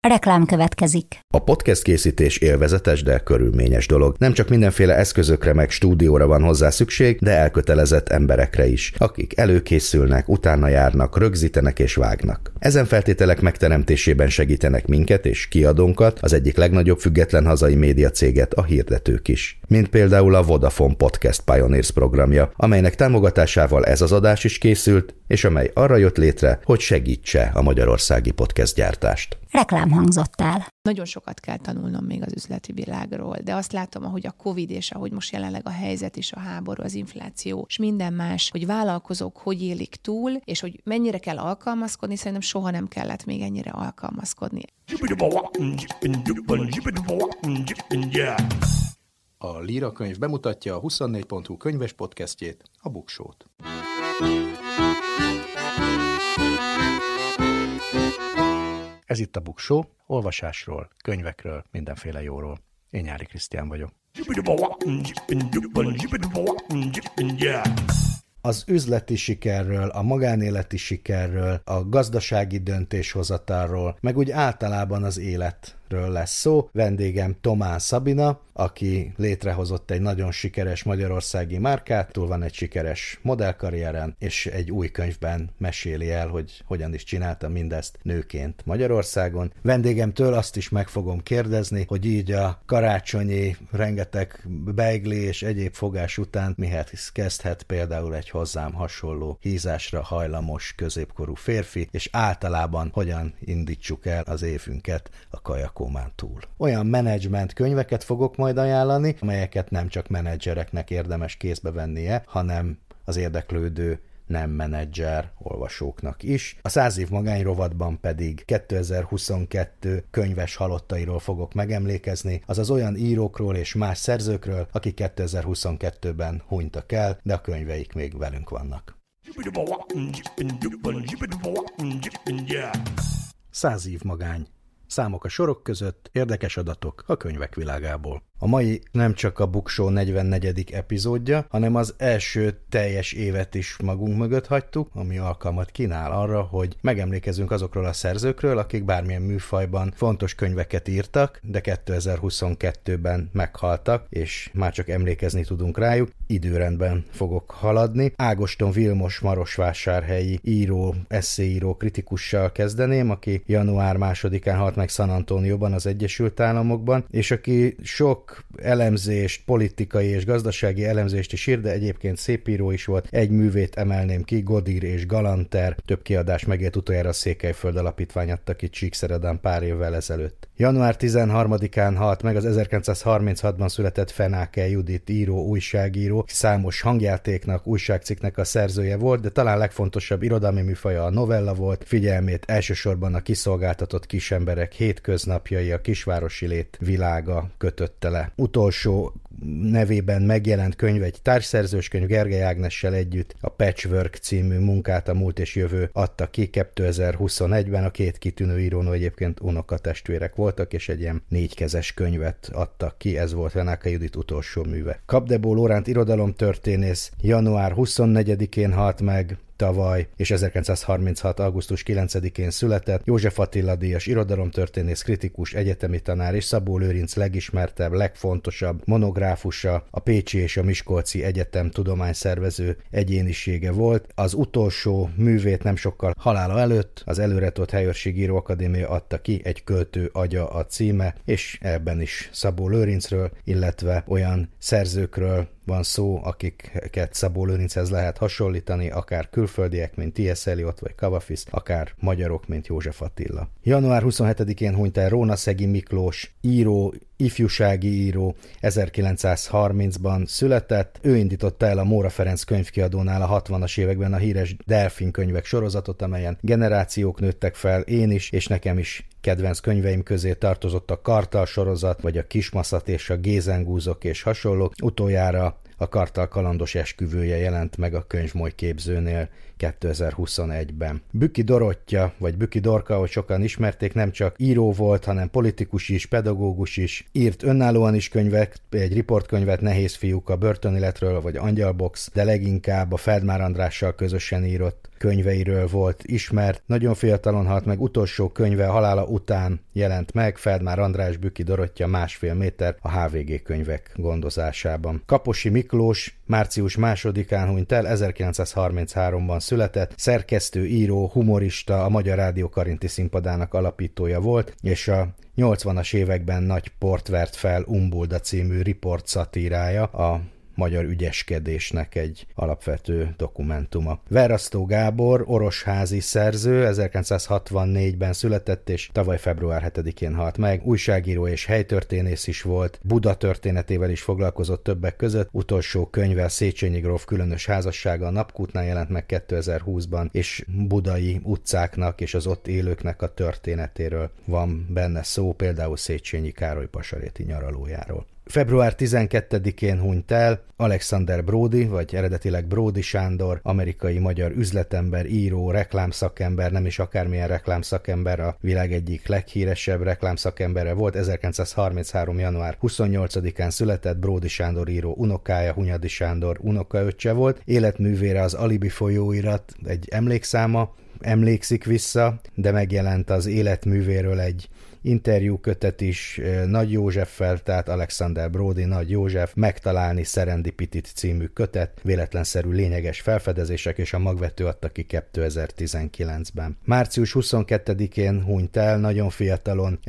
Reklám következik. A podcast készítés élvezetes, de körülményes dolog. Nem csak mindenféle eszközökre meg stúdióra van hozzá szükség, de elkötelezett emberekre is, akik előkészülnek, utána járnak, rögzítenek és vágnak. Ezen feltételek megteremtésében segítenek minket és kiadónkat, az egyik legnagyobb független hazai médiacéget, a hirdetők is. Mint például a Vodafone Podcast Pioneers programja, amelynek támogatásával ez az adás is készült, és amely arra jött létre, hogy segítse a magyarországi podcast gyártást. Reklám hangzott el. Nagyon sokat kell tanulnom még az üzleti világról, de azt látom, ahogy a Covid és ahogy most jelenleg a helyzet és a háború, az infláció és minden más, hogy vállalkozók hogy élik túl, és hogy mennyire kell alkalmazkodni, szerintem soha nem kellett még ennyire alkalmazkodni. A Líra könyv bemutatja a 24.hu könyves podcastjét, a Buksót. Ez itt a Buksó, olvasásról, könyvekről, mindenféle jóról. Én Nyári Krisztián vagyok. Az üzleti sikerről, a magánéleti sikerről, a gazdasági döntéshozatalról, meg úgy általában az életről lesz szó. Vendégem Tomán Szabina, aki létrehozott egy nagyon sikeres magyarországi márkát, túl van egy sikeres modellkarrieren, és egy új könyvben meséli el, hogy hogyan is csinálta mindezt nőként Magyarországon. Vendégemtől azt is meg fogom kérdezni, hogy így a karácsonyi rengeteg beigli és egyéb fogás után mihez kezdhet például egy hozzám hasonló hízásra hajlamos középkorú férfi, és általában hogyan indítsuk el az évünket a kajakómán túl. Olyan menedzsment könyveket fogok majd ajánlani, amelyeket nem csak menedzsereknek érdemes kézbe vennie, hanem az érdeklődő nem menedzser olvasóknak is. A 100 év magány rovatban pedig 2022 könyves halottairól fogok megemlékezni, azaz olyan írókról és más szerzőkről, akik 2022-ben hunytak el, de a könyveik még velünk vannak. 100 év magány. Számok a sorok között, érdekes adatok a könyvek világából. A mai nem csak a Buksó 44. epizódja, hanem az első teljes évet is magunk mögött hagytuk, ami alkalmat kínál arra, hogy megemlékezzünk azokról a szerzőkről, akik bármilyen műfajban fontos könyveket írtak, de 2022-ben meghaltak, és már csak emlékezni tudunk rájuk. Időrendben fogok haladni. Ágoston Vilmos marosvásárhelyi író, esszéíró kritikussal kezdeném, aki január 2-án halt meg San Antonióban, az Egyesült Államokban, és aki sok elemzést, politikai és gazdasági elemzést is ír, de egyébként szép író is volt. Egy művét emelném ki, Godír és Galanter, több kiadás megélt, utoljára a Székelyföld Alapítvány adta ki Csíkszeredán pár évvel ezelőtt. Január 13-án halt meg az 1936-ban született Fenáke Judit író, újságíró, számos hangjátéknak, újságcikknek a szerzője volt, de talán legfontosabb irodalmi műfaja a novella volt, figyelmét elsősorban a kiszolgáltatott kisemberek hétköznapjai, a kisvárosi lét világa kötötte le. Utolsó nevében megjelent könyv, egy társszerzős könyv, Gergely Ágnessel együtt a Patchwork című munkát a Múlt és Jövő adta ki 2021-ben, a két kitűnő írónő egyébként unokatestvérek voltak, és egy ilyen 4-kezes könyvet adtak ki, ez volt Fenáke Judit utolsó műve. Kapdebó Lóránt irodalomtörténész január 24-én halt meg tavaly, és 1936. augusztus 9-én született. József Attila díjas irodalomtörténész, kritikus, egyetemi tanár és Szabó Lőrinc legismertebb, legfontosabb monográfusa, a Pécsi és a Miskolci Egyetem tudományszervező egyénisége volt. Az utolsó művét nem sokkal halála előtt az Előretott Helyőrség Író Akadémia adta ki, Egy költő agya a címe, és ebben is Szabó Lőrincről, illetve olyan szerzőkről van szó, akiket Szabó Lőrinchez lehet hasonlítani, akár külföldiek, mint T.S. Eliot vagy Kavafis, akár magyarok, mint József Attila. Január 27-én hunyt el Rónaszegi Miklós, író, ifjúsági író, 1930-ban született. Ő indította el a Móra Ferenc könyvkiadónál a 60-as években a híres Delfin könyvek sorozatot, amelyen generációk nőttek fel, én is, és nekem is kedvenc könyveim közé tartozott a Kartal sorozat, vagy a Kismaszat és a Gézengúzok és hasonlók. Utoljára a Kartal kalandos esküvője jelent meg a Könyvmoly képzőnél 2021-ben. Bükki Dorottya, vagy Bükki Dorka, ahogy sokan ismerték, nem csak író volt, hanem politikus is, pedagógus is. Írt önállóan is könyvek, egy riportkönyvet Nehéz fiúk a börtönéletről, vagy Angyalbox, de leginkább a Feldmár Andrással közösen írott könyveiről volt ismert. Nagyon fiatalon halt meg, utolsó könyve halála után jelent meg, Feldmár András, Bükki Dorottya, 1,5 méter a HVG könyvek gondozásában. Kaposi Miklós március 2-án hunyt el, 1933-ban született, szerkesztő, író, humorista, a Magyar Rádió Karinti Színpadának alapítója volt, és a 80-as években nagy port vert fel Umbulda című riport szatírája, a magyar ügyeskedésnek egy alapvető dokumentuma. Verasztó Gábor, orosházi szerző, 1964-ben született, és tavaly február 7-én halt meg. Újságíró és helytörténész is volt, Buda történetével is foglalkozott többek között. Utolsó könyve a Széchenyi gróf különös házassága a Napkútnál jelent meg 2020-ban, és budai utcáknak és az ott élőknek a történetéről van benne szó, például Széchenyi Károly pasaréti nyaralójáról. Február 12-én hunyt el Alexander Bródy, vagy eredetileg Bródy Sándor, amerikai-magyar üzletember, író, reklámszakember, nem is akármilyen reklámszakember, a világ egyik leghíresebb reklámszakembere volt. 1933. január 28-án született, Bródy Sándor író unokája, Hunyadi Sándor unokaöccse volt. Életművére az Alibi folyóirat egy emlékszáma emlékszik vissza, de megjelent az életművéről egy interjúkötet is Nagy Józseffel, tehát Alexander Bródy, Nagy József, Megtalálni Serendipitit című kötet, véletlenszerű lényeges felfedezések, és a Magvető adta ki 2019-ben. Március 22-én hunyt el, nagyon fiatalon,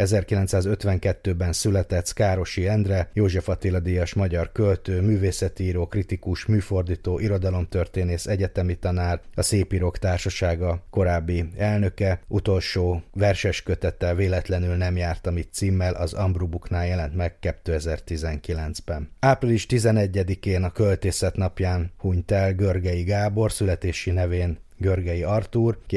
1952-ben született Szkárosi Endre, József Attila díjas magyar költő, művészetíró, kritikus, műfordító, irodalomtörténész, egyetemi tanár, a Szépírók Társasága korábbi elnöke. Utolsó verses kötete Véletlenül nem jártam itt címmel az Ambrubuknál jelent meg 2019-ben. Április 11-én a Költészet napján hunyt el Görgei Gábor, születési nevén Görgei Artúr, ki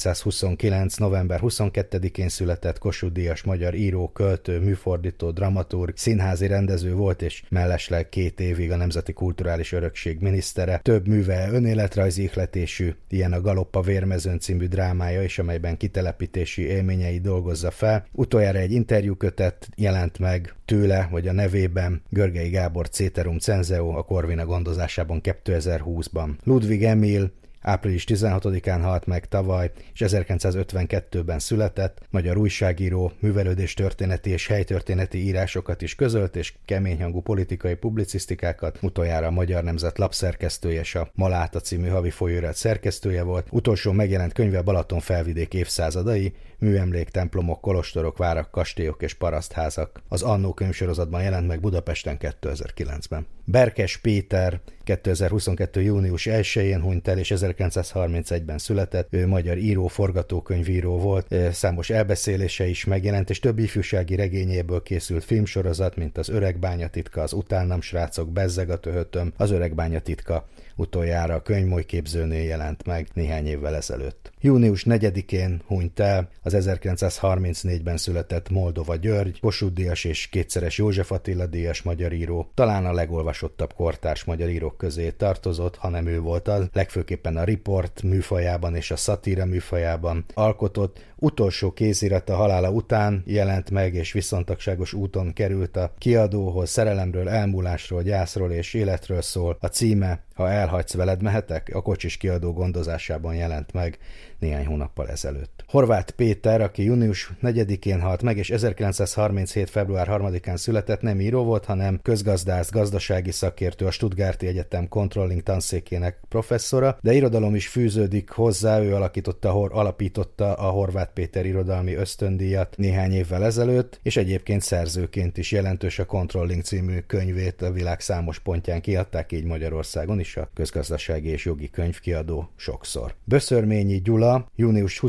1929. november 22-én született, Kossuth díjas magyar író, költő, műfordító, dramaturg, színházi rendező volt, és mellesleg 2 évig a Nemzeti Kulturális Örökség minisztere. Több műve önéletrajzi ihletésű, ilyen a Galoppa Vérmezőn című drámája is, amelyben kitelepítési élményei dolgozza fel. Utoljára egy interjúkötet jelent meg tőle, vagy a nevében, Görgei Gábor Ceterum Censeo, a Corvina gondozásában 2020-ban. Ludwig Emil április 16-án halt meg tavaly, és 1952-ben született, magyar újságíró, művelődéstörténeti és helytörténeti írásokat is közölt, és keményhangú politikai publicisztikákat, utoljára a Magyar Nemzet lapszerkesztője és a Maláta című havi folyóirat szerkesztője volt. Utolsó megjelent könyve Balatonfelvidék évszázadai, műemlék, templomok, kolostorok, várak, kastélyok és parasztházak. Az Annó könyvsorozatban jelent meg Budapesten 2009-ben. Berkes Péter 2022. június 1-én hunyt el, és 1931-ben született. Ő magyar író, forgatókönyvíró volt, számos elbeszélése is megjelent, és több ifjúsági regényéből készült filmsorozat, mint az Öregbánya titka, az Utánam srácok, Bezzeg a töhötöm, az Öregbánya titka utoljára a Könyvmoly képzőnél jelent meg néhány évvel ezelőtt. Június 4-én hunyt el az 1934-ben született Moldova György, Kossuth díjas és kétszeres József Attila díjas magyar író. Talán a legolvasottabb kortárs magyar írók közé tartozott, hanem ő volt az, legfőképpen a riport műfajában és a szatíra műfajában alkotott. Utolsó kézirata halála után jelent meg, és viszontagságos úton került a kiadóhoz. Szerelemről, elmúlásról, gyászról és életről szól. A címe Ha elhagysz, veled mehetek? A Kocsis kiadó gondozásában jelent meg néhány hónappal ezelőtt. Horváth Péter, aki június 4-én halt meg, és 1937. február 3-án született, nem író volt, hanem közgazdász, gazdasági szakértő, a Stuttgarti Egyetem controlling tanszékének professzora, de irodalom is fűződik hozzá, ő alapította a Horváth Péter irodalmi ösztöndíjat néhány évvel ezelőtt, és egyébként szerzőként is jelentős, a Controlling című könyvét a világ számos pontján kiadták, így Magyarországon is a Közgazdasági és Jogi Könyvkiadó sokszor. Böszörményi Gyula június 29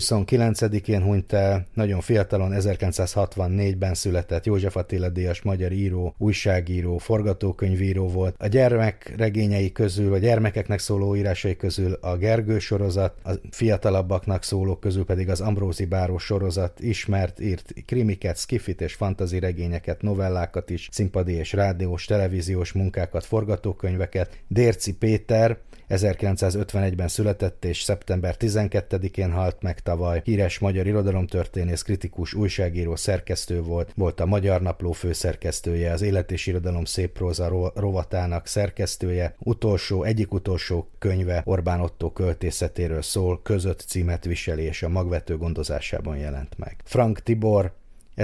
9-én hunyt el, nagyon fiatalon, 1964-ben született József Attila díjas magyar író, újságíró, forgatókönyvíró volt. A gyermekregényei közül, a gyermekeknek szóló írásai közül a Gergő sorozat, a fiatalabbaknak szólók közül pedig az Ambrózi Báró sorozat ismert, írt krimiket, szkifit és fantasy regényeket, novellákat is, színpadi és rádiós, televíziós munkákat, forgatókönyveket. Dérczy Péter 1951-ben született és szeptember 12-én halt meg tavaly. Híres magyar irodalomtörténész, kritikus, újságíró, szerkesztő volt a Magyar Napló főszerkesztője, az Élet és Irodalom szép próza rovatának szerkesztője. Egyik utolsó könyve Orbán Ottó költészetéről szól, Között címet viseli és a Magvető gondozásában jelent meg. Frank Tibor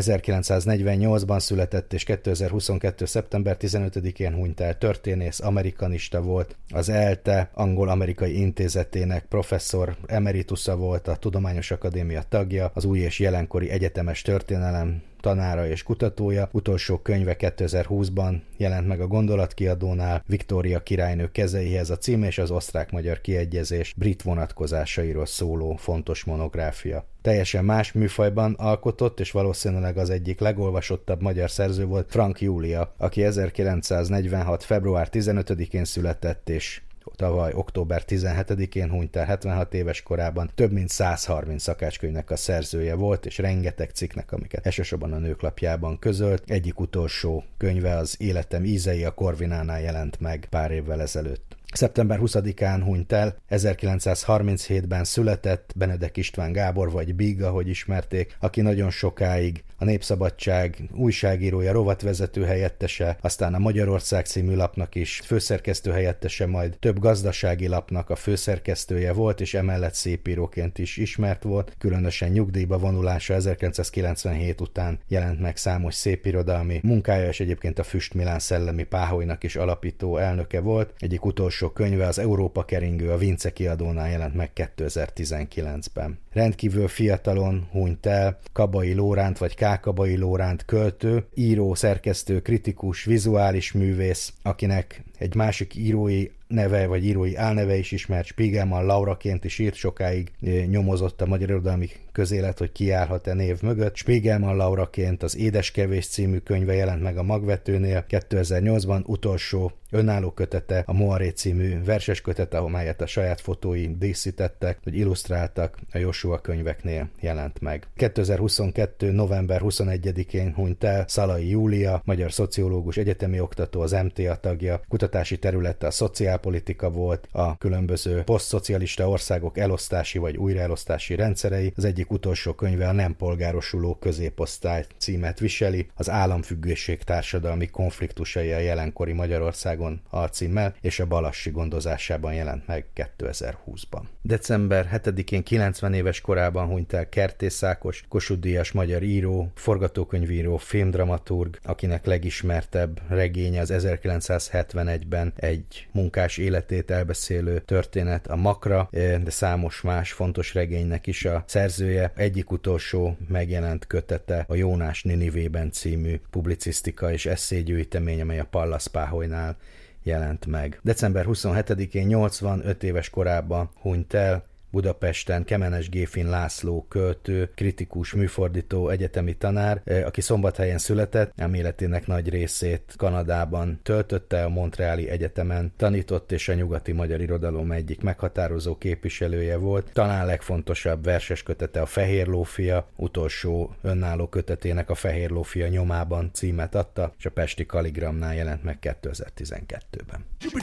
1948-ban született, és 2022. szeptember 15-én hunyt el, történész, amerikanista volt, az ELTE angol-amerikai intézetének professzor emeritusza volt, a Tudományos Akadémia tagja, az új és jelenkori egyetemes történelem tanára és kutatója. Utolsó könyve 2020-ban jelent meg a Gondolatkiadónál, Viktória királynő kezeihez a cím, és az osztrák-magyar kiegyezés brit vonatkozásairól szóló fontos monográfia. Teljesen más műfajban alkotott, és valószínűleg az egyik legolvasottabb magyar szerző volt Frank Júlia, aki 1946. február 15-én született, és tavaly október 17-én hunyt el 76 éves korában. Több mint 130 szakácskönyvnek a szerzője volt, és rengeteg cikknek, amiket elsősorban a Nőklapjában közölt. Egyik utolsó könyve, az Életem ízei, a Corvinánál jelent meg pár évvel ezelőtt. Szeptember 20-án hunyt el, 1937-ben született Benedek István Gábor, vagy Big, ahogy ismerték, aki nagyon sokáig a Népszabadság újságírója, rovatvezető helyettese, aztán a Magyarország című lapnak is főszerkesztő helyettese, majd több gazdasági lapnak a főszerkesztője volt, és emellett szépíróként is ismert volt. Különösen nyugdíjba vonulása 1997 után jelent meg számos szépirodalmi munkája, és egyébként a Füst Milán Szellemi Páholynak is alapító elnöke volt. Egyik utolsó könyve, az Európa keringő, a Vince kiadónál jelent meg 2019-ben. Rendkívül fiatalon hunyt el Kabai Lóránt, vagy Kabai Lóránt költő, író, szerkesztő, kritikus, vizuális művész, akinek egy másik írói neve, vagy írói álneve is ismert, Spiegelman Lauraként is írt, sokáig nyomozott a magyar irodalmi közélet, hogy ki állhat-e név mögött. Spiegelman Lauraként az Édeskevés című könyve jelent meg a Magvetőnél 2008-ban, utolsó önálló kötete, a Moaré című verses kötete, amelyet a saját fotói díszítettek, hogy illusztráltak, a Joshua könyveknél jelent meg. 2022. november 21-én hunyt el Szalai Júlia, magyar szociológus, egyetemi oktató, az MTA tagja, kutatási területe a szociálpolitika volt, a különböző posztszocialista országok elosztási vagy újraelosztási rendszerei. Az egyik utolsó könyve, a Nem polgárosuló középosztály címet viseli, az államfüggőség társadalmi konfliktusai a jelenkori Magyarországon alcímmel, és a Balassi gondozásában jelent meg 2020-ban. December 7-én 90 éves korában hunyt el Kertész Ákos, Kossuth-díjas magyar író, forgatókönyvíró, filmdramaturg, akinek legismertebb regénye az 1971-ben egy munkás életét elbeszélő történet, a Makra, de számos más fontos regénynek is a szerzője. Egyik utolsó megjelent kötete a Jónás Ninivében című publicisztika és esszégyűjtemény, amely a Pallas Páholynál jelent meg. December 27-én 85 éves korában hunyt el Budapesten Kemenes Géfin László költő, kritikus, műfordító, egyetemi tanár, aki Szombathelyen született, ám életének nagy részét Kanadában töltötte, a Montreali Egyetemen tanított, és a nyugati magyar irodalom egyik meghatározó képviselője volt. Talán legfontosabb verses kötete a Fehér lófia, utolsó önálló kötetének, a Fehér lófia nyomában címet adta, és a Pesti Kalligramnál jelent meg 2012-ben.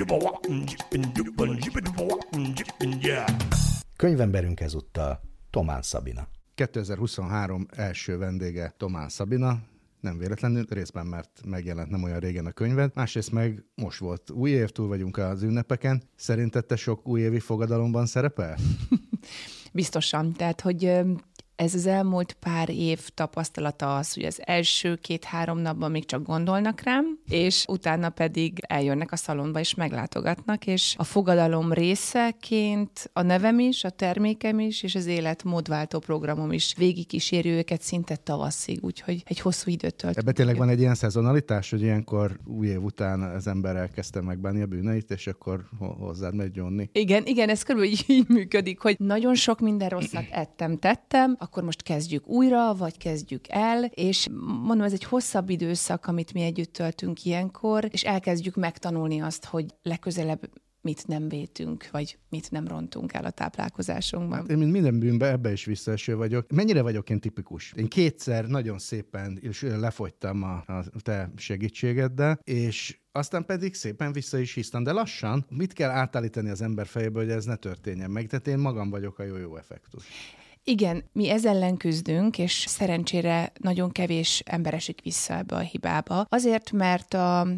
Könyvemberünk ezúttal Thomán Szabina. 2023 első vendége Thomán Szabina, nem véletlenül, részben mert megjelent nem olyan régen a könyved, másrészt meg most volt új év, túl vagyunk az ünnepeken. Szerinted te sok újévi fogadalomban szerepel? Biztosan, tehát hogy ez az elmúlt pár év tapasztalata az, hogy az első 2-3 napban még csak gondolnak rám, és utána pedig eljönnek a szalonba és meglátogatnak, és a fogadalom részeként a nevem is, a termékem is, és az életmódváltó programom is végigkíséri őket szinte tavaszig, úgyhogy egy hosszú időt tölt. Ebben tényleg van egy ilyen szezonalitás, hogy ilyenkor új év után az ember elkezdte megbánni a bűneit, és akkor hozzád megy gyónni. Igen, ez körülbelül így működik, hogy nagyon sok minden rosszat ettem, tettem, akkor most kezdjük újra, vagy kezdjük el, és mondom, ez egy hosszabb időszak, amit mi együtt töltünk ilyenkor, és elkezdjük megtanulni azt, hogy legközelebb mit nem vétünk, vagy mit nem rontunk el a táplálkozásunkban. Hát én minden bűnben ebbe is visszaeső vagyok. Mennyire vagyok én tipikus? Én kétszer nagyon szépen és lefogytam a te segítségeddel, és aztán pedig szépen vissza is hisztam, de lassan mit kell átállítani az ember fejéből, hogy ez ne történjen meg? Tehát én magam vagyok a jó effektus. Igen, mi ezzel ellen küzdünk, és szerencsére nagyon kevés ember esik vissza ebbe a hibába. Azért, mert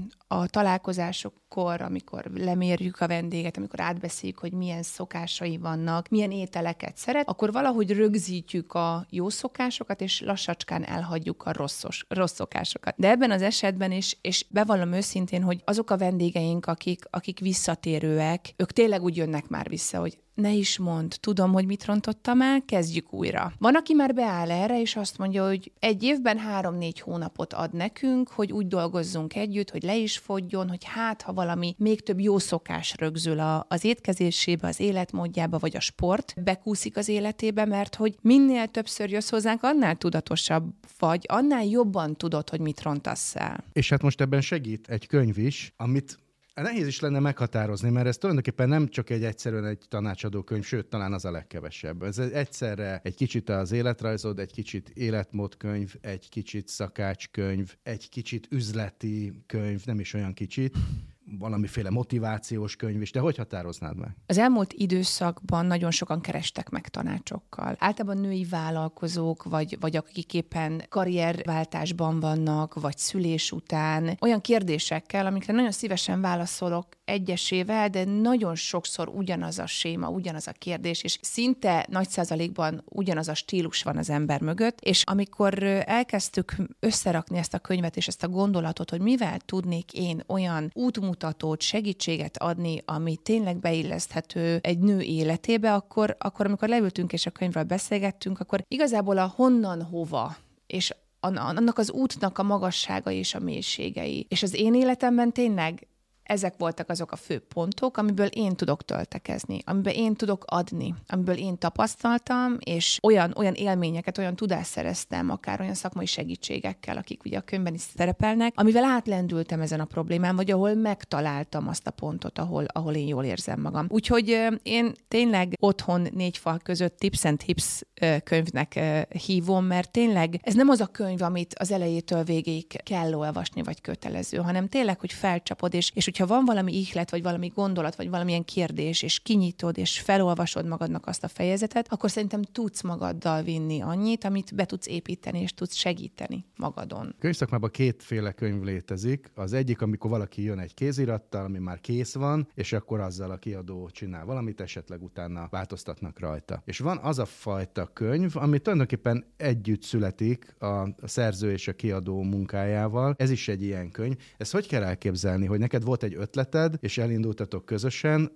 a találkozásokkor, amikor lemérjük a vendéget, amikor átbeszéljük, hogy milyen szokásai vannak, milyen ételeket szeret, akkor valahogy rögzítjük a jó szokásokat, és lassacskán elhagyjuk a rossz szokásokat. De ebben az esetben is, és bevallom őszintén, hogy azok a vendégeink, akik visszatérőek, ők tényleg úgy jönnek már vissza, hogy ne is mondd, tudom, hogy mit rontottam el, kezdjük újra. Van, aki már beáll erre, és azt mondja, hogy egy évben 3-4 hónapot ad nekünk, hogy úgy dolgozzunk együtt, hogy le is fogjon, hogy ha valami még több jó szokás rögzül az étkezésébe, az életmódjába, vagy a sport bekúszik az életébe, mert hogy minél többször jössz hozzánk, annál tudatosabb vagy, annál jobban tudod, hogy mit rontasz el. És hát most ebben segít egy könyv is, amit nehéz is lenne meghatározni, mert ez tulajdonképpen nem csak egyszerűen egy tanácsadó könyv, sőt, talán az a legkevesebb. Ez egyszerre egy kicsit az életrajzod, egy kicsit életmódkönyv, egy kicsit szakácskönyv, egy kicsit üzleti könyv, nem is olyan kicsit, valamiféle motivációs könyv is. De hogy határoznád meg? Az elmúlt időszakban nagyon sokan kerestek meg tanácsokkal. Általában női vállalkozók, vagy akik éppen karrierváltásban vannak, vagy szülés után, olyan kérdésekkel, amikre nagyon szívesen válaszolok egyesével, de nagyon sokszor ugyanaz a séma, ugyanaz a kérdés, és szinte nagy százalékban ugyanaz a stílus van az ember mögött, és amikor elkezdtük összerakni ezt a könyvet és ezt a gondolatot, hogy mivel tudnék én olyan útmutatót, segítséget adni, ami tényleg beilleszthető egy nő életébe, akkor amikor leültünk és a könyvről beszélgettünk, akkor igazából a honnan hova, és annak az útnak a magassága és a mélységei. És az én életemben tényleg ezek voltak azok a fő pontok, amiből én tudok töltekezni, amiből én tudok adni, amiből én tapasztaltam, és olyan élményeket, olyan tudást szereztem, akár olyan szakmai segítségekkel, akik ugye a könyvben is szerepelnek, amivel átlendültem ezen a problémán, vagy ahol megtaláltam azt a pontot, ahol én jól érzem magam. Úgyhogy én tényleg otthon 4 fal között Tips and Tips könyvnek hívom, mert tényleg ez nem az a könyv, amit az elejétől végéig kell olvasni, vagy kötelező, hanem tényleg, hogy felcsapod, és hogyha van valami ihlet, vagy valami gondolat, vagy valamilyen kérdés, és kinyitod, és felolvasod magadnak azt a fejezetet, akkor szerintem tudsz magaddal vinni annyit, amit be tudsz építeni, és tudsz segíteni magadon. Könyvszakmában 2 könyv létezik. Az egyik, amikor valaki jön egy kézirattal, ami már kész van, és akkor azzal a kiadó csinál valamit, esetleg utána változtatnak rajta. És van az a fajta könyv, ami tulajdonképpen együtt születik a szerző és a kiadó munkájával. Ez is egy ilyen könyv. Ezt hogy kell elképzelni, hogy neked volt egy ötleted, és elindultatok közösen,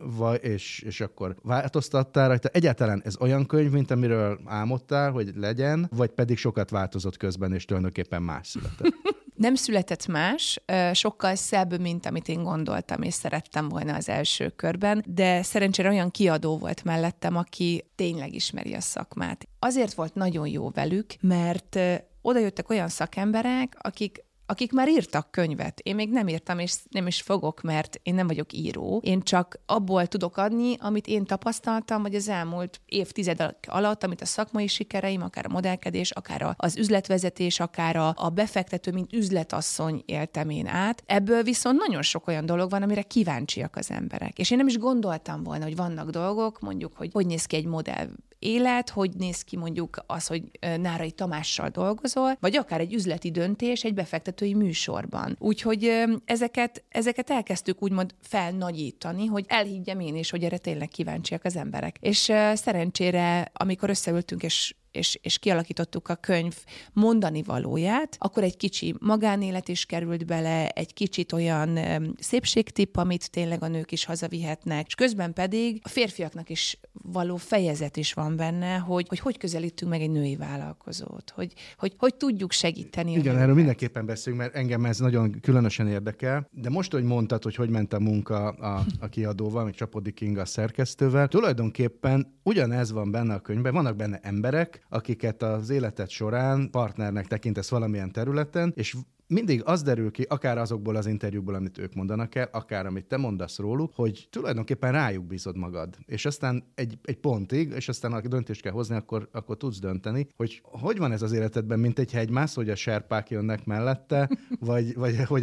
és akkor változtattál rajta. Egyáltalán ez olyan könyv, mint amiről álmodtál, hogy legyen, vagy pedig sokat változott közben, és tulajdonképpen más született? Nem született más, sokkal szebb, mint amit én gondoltam, és szerettem volna az első körben, de szerencsére olyan kiadó volt mellettem, aki tényleg ismeri a szakmát. Azért volt nagyon jó velük, mert oda jöttek olyan szakemberek, akik már írtak könyvet. Én még nem írtam, és nem is fogok, mert én nem vagyok író. Én csak abból tudok adni, amit én tapasztaltam, vagy az elmúlt évtizedek alatt, amit a szakmai sikereim, akár a modellkedés, akár az üzletvezetés, akár a befektető, mint üzletasszony éltem én át. Ebből viszont nagyon sok olyan dolog van, amire kíváncsiak az emberek. És én nem is gondoltam volna, hogy vannak dolgok, mondjuk, hogy néz ki egy modell élet, hogy néz ki mondjuk az, hogy Nárai Tamással dolgozol, vagy akár egy üzleti döntés egy befektetői műsorban. Úgyhogy ezeket elkezdtük úgymond felnagyítani, hogy elhiggyem én is, hogy erre tényleg kíváncsiak az emberek. És szerencsére, amikor összeültünk és kialakítottuk a könyv mondani valóját, akkor egy kicsi magánélet is került bele, egy kicsit olyan szépségtipp, amit tényleg a nők is hazavihetnek, és közben pedig a férfiaknak is való fejezet is van benne, hogy közelítünk meg egy női vállalkozót, hogy tudjuk segíteni. Igen, erről mindenképpen beszélünk, mert engem ez nagyon különösen érdekel, de most, hogy mondtad, hogy ment a munka a kiadóval, meg Csapodi Kinga a szerkesztővel, tulajdonképpen ugyanez van benne a könyvben, vannak benne emberek, akiket az életed során partnernek tekintesz valamilyen területen, és mindig az derül ki, akár azokból az interjúkból, amit ők mondanak el, akár amit te mondasz róluk, hogy tulajdonképpen rájuk bízod magad. És aztán egy pontig, és aztán ha döntést kell hozni, akkor tudsz dönteni, hogy van ez az életedben, mint egy hegymász, hogy a serpák jönnek mellette, vagy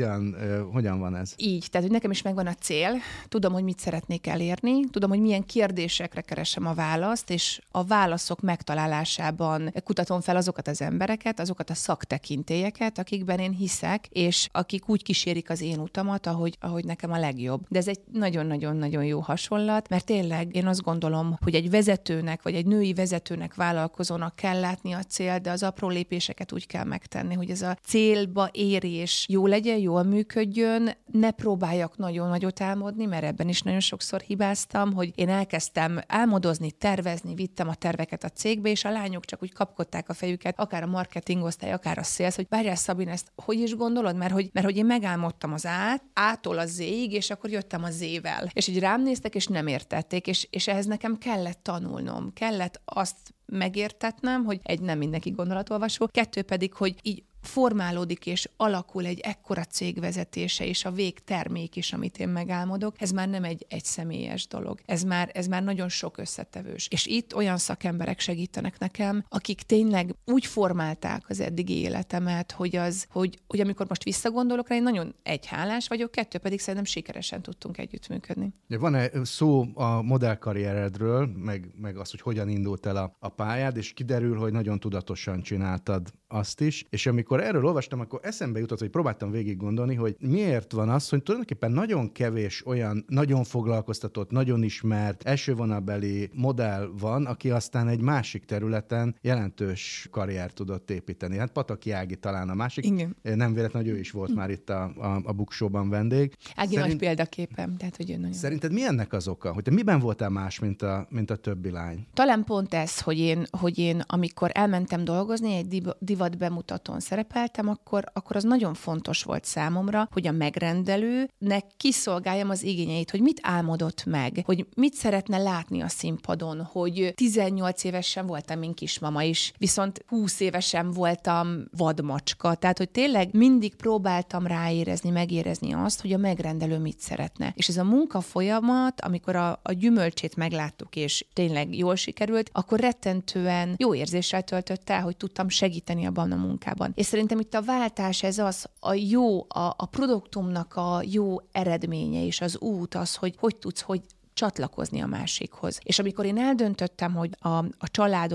hogyan van ez? Így, tehát hogy nekem is megvan a cél, tudom, hogy mit szeretnék elérni, tudom, hogy milyen kérdésekre keresem a választ, és a válaszok megtalálásában kutatom fel azokat az embereket, azokat a szaktekintélyeket, akikben én hiszek, és akik úgy kísérik az én utamat, ahogy nekem a legjobb. De ez egy nagyon-nagyon-nagyon jó hasonlat, mert tényleg én azt gondolom, hogy egy vezetőnek, vagy egy női vezetőnek, vállalkozónak kell látni a cél, de az apró lépéseket úgy kell megtenni, hogy ez a célba érés jó legyen, jól működjön, ne próbáljak nagyon nagyot álmodni, mert ebben is nagyon sokszor hibáztam, hogy én elkezdtem álmodozni, tervezni, vittem a terveket a cégbe, és a lányok csak úgy kapkodták a fejüket, akár a marketingosztály, akár a sales, hogy várjál, Szabin, ezt hogy is gondolod? Mert hogy én megálmodtam az A-tól a Z-ig, és akkor jöttem a Z-vel. És így rám néztek, és nem értették, és ehhez nekem kellett tanulnom, kellett azt megértetnem, hogy egy, nem mindenki gondolatolvasó, 2 pedig, hogy így formálódik és alakul egy ekkora cég vezetése, és a végtermék is, amit én megálmodok, ez már nem egy személyes dolog. Ez már nagyon sok összetevős. És itt olyan szakemberek segítenek nekem, akik tényleg úgy formálták az eddigi életemet, hogy amikor most visszagondolok rá, én nagyon hálás vagyok, 2 pedig szerintem sikeresen tudtunk együttműködni. Van-e szó a modellkarrieredről, meg az, hogy hogyan indult el a pályád, és kiderül, hogy nagyon tudatosan csináltad azt is, és amikor erről olvastam, akkor eszembe jutott, hogy próbáltam végig gondolni, hogy miért van az, hogy tulajdonképpen nagyon kevés olyan nagyon foglalkoztatott, nagyon ismert, elsővonalbeli modell van, aki aztán egy másik területen jelentős karriert tudott építeni. Hát Pataki Ági talán a másik. Igen. Nem véletlenül ő is volt már itt a Book Show-ban vendég. Ági nagy példaképem, tehát hogy ő nagyon... Szerinted mi ennek az oka? Hogy te miben voltál más, mint a többi lány? Talán pont ez, hogy én amikor elmentem dolgozni, egy divat bemutatón szerepeltem, akkor az nagyon fontos volt számomra, hogy a megrendelőnek kiszolgáljam az igényeit, hogy mit álmodott meg, hogy mit szeretne látni a színpadon, hogy 18 évesen voltam én kismama is, viszont 20 évesen voltam vadmacska, tehát hogy tényleg mindig próbáltam ráérezni, megérezni azt, hogy a megrendelő mit szeretne. És ez a munkafolyamat, amikor a gyümölcsét megláttuk, és tényleg jól sikerült, akkor rettentően jó érzéssel töltött el, hogy tudtam segíteni abban a munkában. És szerintem itt a váltás, ez az a jó, a produktumnak a jó eredménye és az út az, hogy tudsz, hogy csatlakozni a másikhoz. És amikor én eldöntöttem, hogy a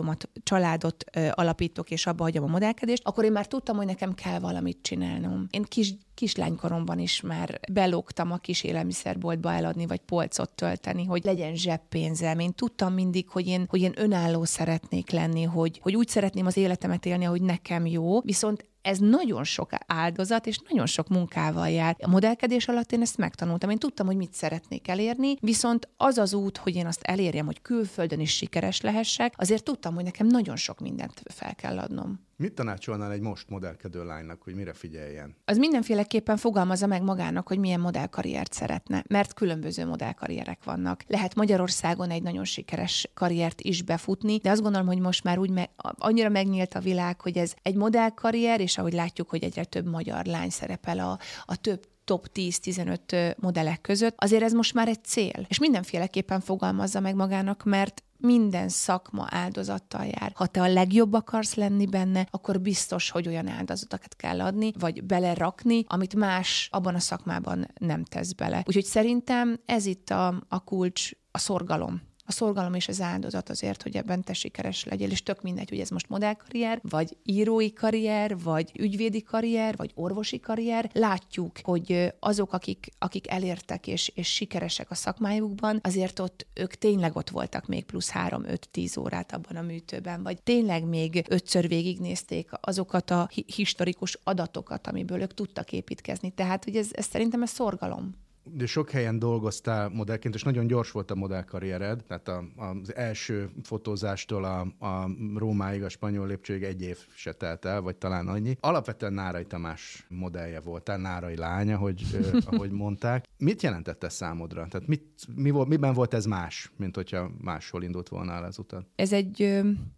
családot alapítok, és abba hagyom a modellkedést, akkor én már tudtam, hogy nekem kell valamit csinálnom. Én kislánykoromban is már belógtam a kis élelmiszerboltba eladni, vagy polcot tölteni, hogy legyen zseppénzem. Én tudtam mindig, hogy én önálló szeretnék lenni, hogy úgy szeretném az életemet élni, ahogy nekem jó, viszont ez nagyon sok áldozat, és nagyon sok munkával jár. A modellkedés alatt én ezt megtanultam. Én tudtam, hogy mit szeretnék elérni, viszont az az út, hogy én azt elérjem, hogy külföldön is sikeres lehessek, azért tudtam, hogy nekem nagyon sok mindent fel kell adnom. Mit tanácsolnál egy most modellkedő lánynak, hogy mire figyeljen? Az mindenféleképpen fogalmazza meg magának, hogy milyen modellkarriert szeretne, mert különböző modellkarrierek vannak. Lehet Magyarországon egy nagyon sikeres karriert is befutni, de azt gondolom, hogy most már úgy annyira megnyílt a világ, hogy ez egy modellkarrier, és ahogy látjuk, hogy egyre több magyar lány szerepel a több top 10-15 modellek között, azért ez most már egy cél. És mindenféleképpen fogalmazza meg magának, mert minden szakma áldozattal jár. Ha te a legjobb akarsz lenni benne, akkor biztos, hogy olyan áldozatokat kell adni, vagy belerakni, amit más abban a szakmában nem tesz bele. Úgyhogy szerintem ez itt a kulcs, a szorgalom. A szorgalom és az áldozat azért, hogy ebben te sikeres legyél, és tök mindegy, hogy ez most modellkarrier, vagy írói karrier, vagy ügyvédi karrier, vagy orvosi karrier. Látjuk, hogy azok, akik elértek és sikeresek a szakmájukban, azért ott ők tényleg ott voltak még plusz 3-5-10 órát abban a műtőben, vagy tényleg még 5-ször végignézték azokat a historikus adatokat, amiből ők tudtak építkezni. Tehát, hogy ez szerintem ez szorgalom. De sok helyen dolgoztál modellként, és nagyon gyors volt a modellkarriered, tehát az első fotózástól a Rómáig, a spanyol lépcsőig 1 év se telt el, vagy talán annyi. Alapvetően Nárai Tamás modellje voltál, Nárai lány, ahogy mondták. Mit jelentett ez számodra? Tehát miben volt ez más, mint hogyha máshol indult volna el az utat? Ez egy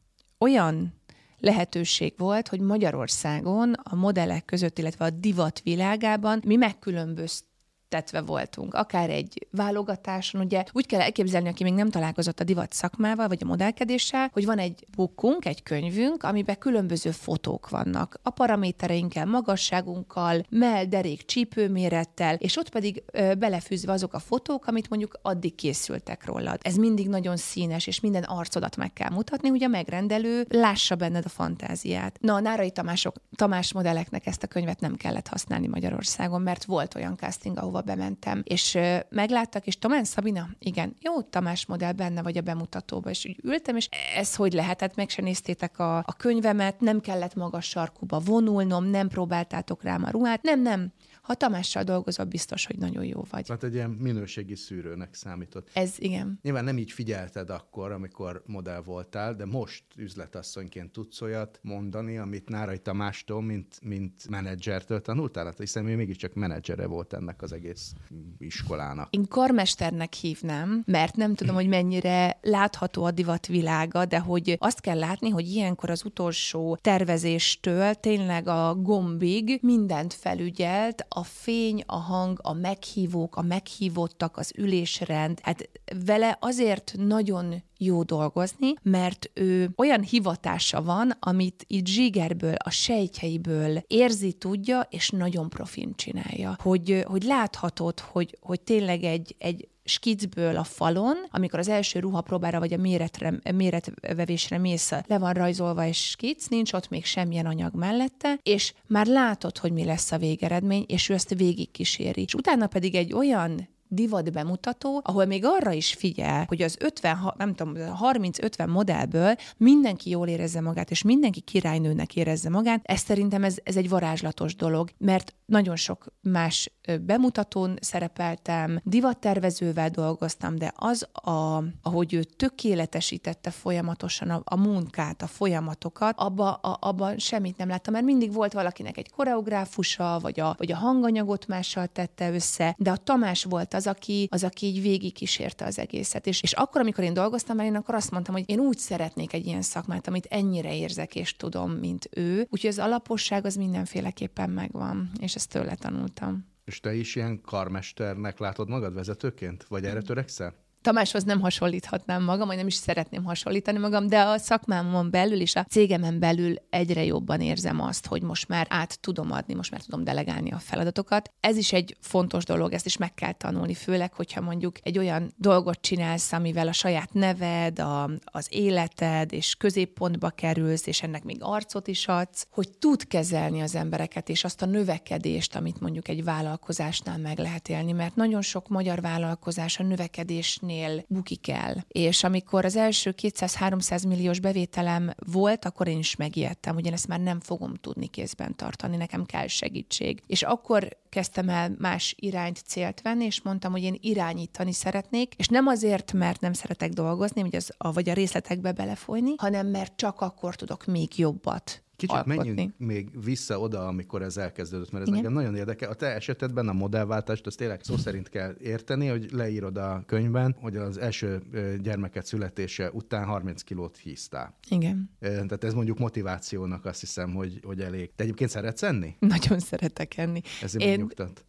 olyan lehetőség volt, hogy Magyarországon a modellek között, illetve a divat világában mi megkülönböztetve voltunk. Akár egy válogatáson, ugye úgy kell elképzelni, aki még nem találkozott a divat szakmával, vagy a modellkedéssel, hogy van egy bookunk, egy könyvünk, amiben különböző fotók vannak. A paramétereinkkel, magasságunkkal, derék, csípőmérettel, és ott pedig belefűzve azok a fotók, amit mondjuk addig készültek rólad. Ez mindig nagyon színes, és minden arcodat meg kell mutatni, hogy a megrendelő lássa benned a fantáziát. Na, a Nárai Tamás modelleknek ezt a könyvet nem kellett használni Magyarországon, mert volt olyan casting, ahova bementem, és megláttak, és Tomán Szabina, igen, jó, Tamás modell benne vagy a bemutatóba, és úgy ültem, és ez hogy lehetett, meg se néztétek a könyvemet, nem kellett magas sarkuba vonulnom, nem próbáltátok rám a ruhát, nem. Ha Tamással dolgozol, biztos, hogy nagyon jó vagy. Hát egy ilyen minőségi szűrőnek számított. Ez igen. Nyilván nem így figyelted akkor, amikor modell voltál, de most üzletasszonyként tudsz olyat mondani, amit Nárai Tamástól, mint menedzsertől tanultál? Hát hiszen ő mégiscsak menedzsere volt ennek az egész iskolának. Én karmesternek hívnám, mert nem tudom, hogy mennyire látható a divat világa, de hogy azt kell látni, hogy ilyenkor az utolsó tervezéstől tényleg a gombig mindent felügyelt, a fény, a hang, a meghívók, a meghívottak, az ülésrend. Hát vele azért nagyon jó dolgozni, mert ő olyan hivatása van, amit itt zsigerből, a sejtjeiből érzi, tudja, és nagyon profin csinálja. Hogy láthatod, hogy tényleg egy skicből a falon, amikor az első ruhapróbára vagy a méretvevésre mész, le van rajzolva egy skic, nincs ott még semmilyen anyag mellette, és már látod, hogy mi lesz a végeredmény, és ő ezt végig kíséri. És utána pedig egy olyan divat bemutató, ahol még arra is figyel, hogy az 30-50 modellből mindenki jól érezze magát, és mindenki királynőnek érezze magát. Ez szerintem ez egy varázslatos dolog, mert nagyon sok más bemutatón szerepeltem, divattervezővel dolgoztam, de ahogy ő tökéletesítette folyamatosan a munkát, a folyamatokat, abban semmit nem láttam, mert mindig volt valakinek egy koreográfusa, vagy a hanganyagot mással tette össze, de a Tamás volt az, aki így végigkísérte az egészet. És akkor, amikor én dolgoztam vele, akkor azt mondtam, hogy én úgy szeretnék egy ilyen szakmát, amit ennyire érzek és tudom, mint ő. Úgyhogy az alaposság az mindenféleképpen megvan, és ezt tőle tanultam. És te is ilyen karmesternek látod magad vezetőként? Vagy erre törekszel? Tamáshoz nem hasonlíthatnám magam, vagy nem is szeretném hasonlítani magam, de a szakmámon belül és a cégemen belül egyre jobban érzem azt, hogy most már át tudom adni, most már tudom delegálni a feladatokat. Ez is egy fontos dolog, ezt is meg kell tanulni, főleg, hogyha mondjuk egy olyan dolgot csinálsz, amivel a saját neved, az életed, és középpontba kerülsz, és ennek még arcot is adsz, hogy tud kezelni az embereket, és azt a növekedést, amit mondjuk egy vállalkozásnál meg lehet élni, mert nagyon sok magyar vállalkozás a növekedésnél bukik el. És amikor az első 200-300 milliós bevételem volt, akkor én is megijedtem, hogy én ezt már nem fogom tudni kézben tartani, nekem kell segítség. És akkor kezdtem el más irányt, célt venni, és mondtam, hogy én irányítani szeretnék, és nem azért, mert nem szeretek dolgozni, vagy a részletekbe belefolyni, hanem mert csak akkor tudok még jobbat Kicsit alkotni. menjünk még vissza oda, amikor ez elkezdődött, mert ez nekem nagyon érdekel. A te esetedben a modellváltást, azt tényleg szó szerint kell érteni, hogy leírod a könyvben, hogy az első gyermeket születése után 30 kilót híztál. Igen. Tehát ez mondjuk motivációnak azt hiszem, hogy elég. Te egyébként szeretsz enni? Nagyon szeretek enni. Ezért megnyugtat.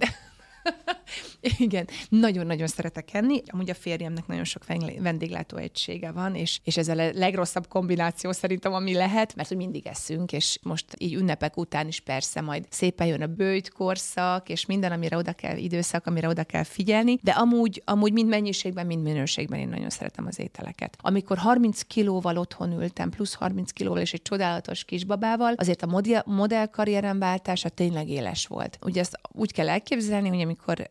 Igen, nagyon-nagyon szeretek enni. Amúgy a férjemnek nagyon sok vendéglátóegysége van, és ez a legrosszabb kombináció szerintem, ami lehet, mert hogy mindig eszünk, és most így ünnepek után is persze majd szépen jön a bőjtkorszak, és minden, amire oda kell, időszak, amire oda kell figyelni, de amúgy mind mennyiségben, mind minőségben én nagyon szeretem az ételeket. Amikor 30 kilóval otthon ültem, plusz 30 kilóval és egy csodálatos kisbabával, azért a modellkarrierem váltása tényleg éles volt. Ugye ezt úgy kell elképzelni, hogy amikor kiderült,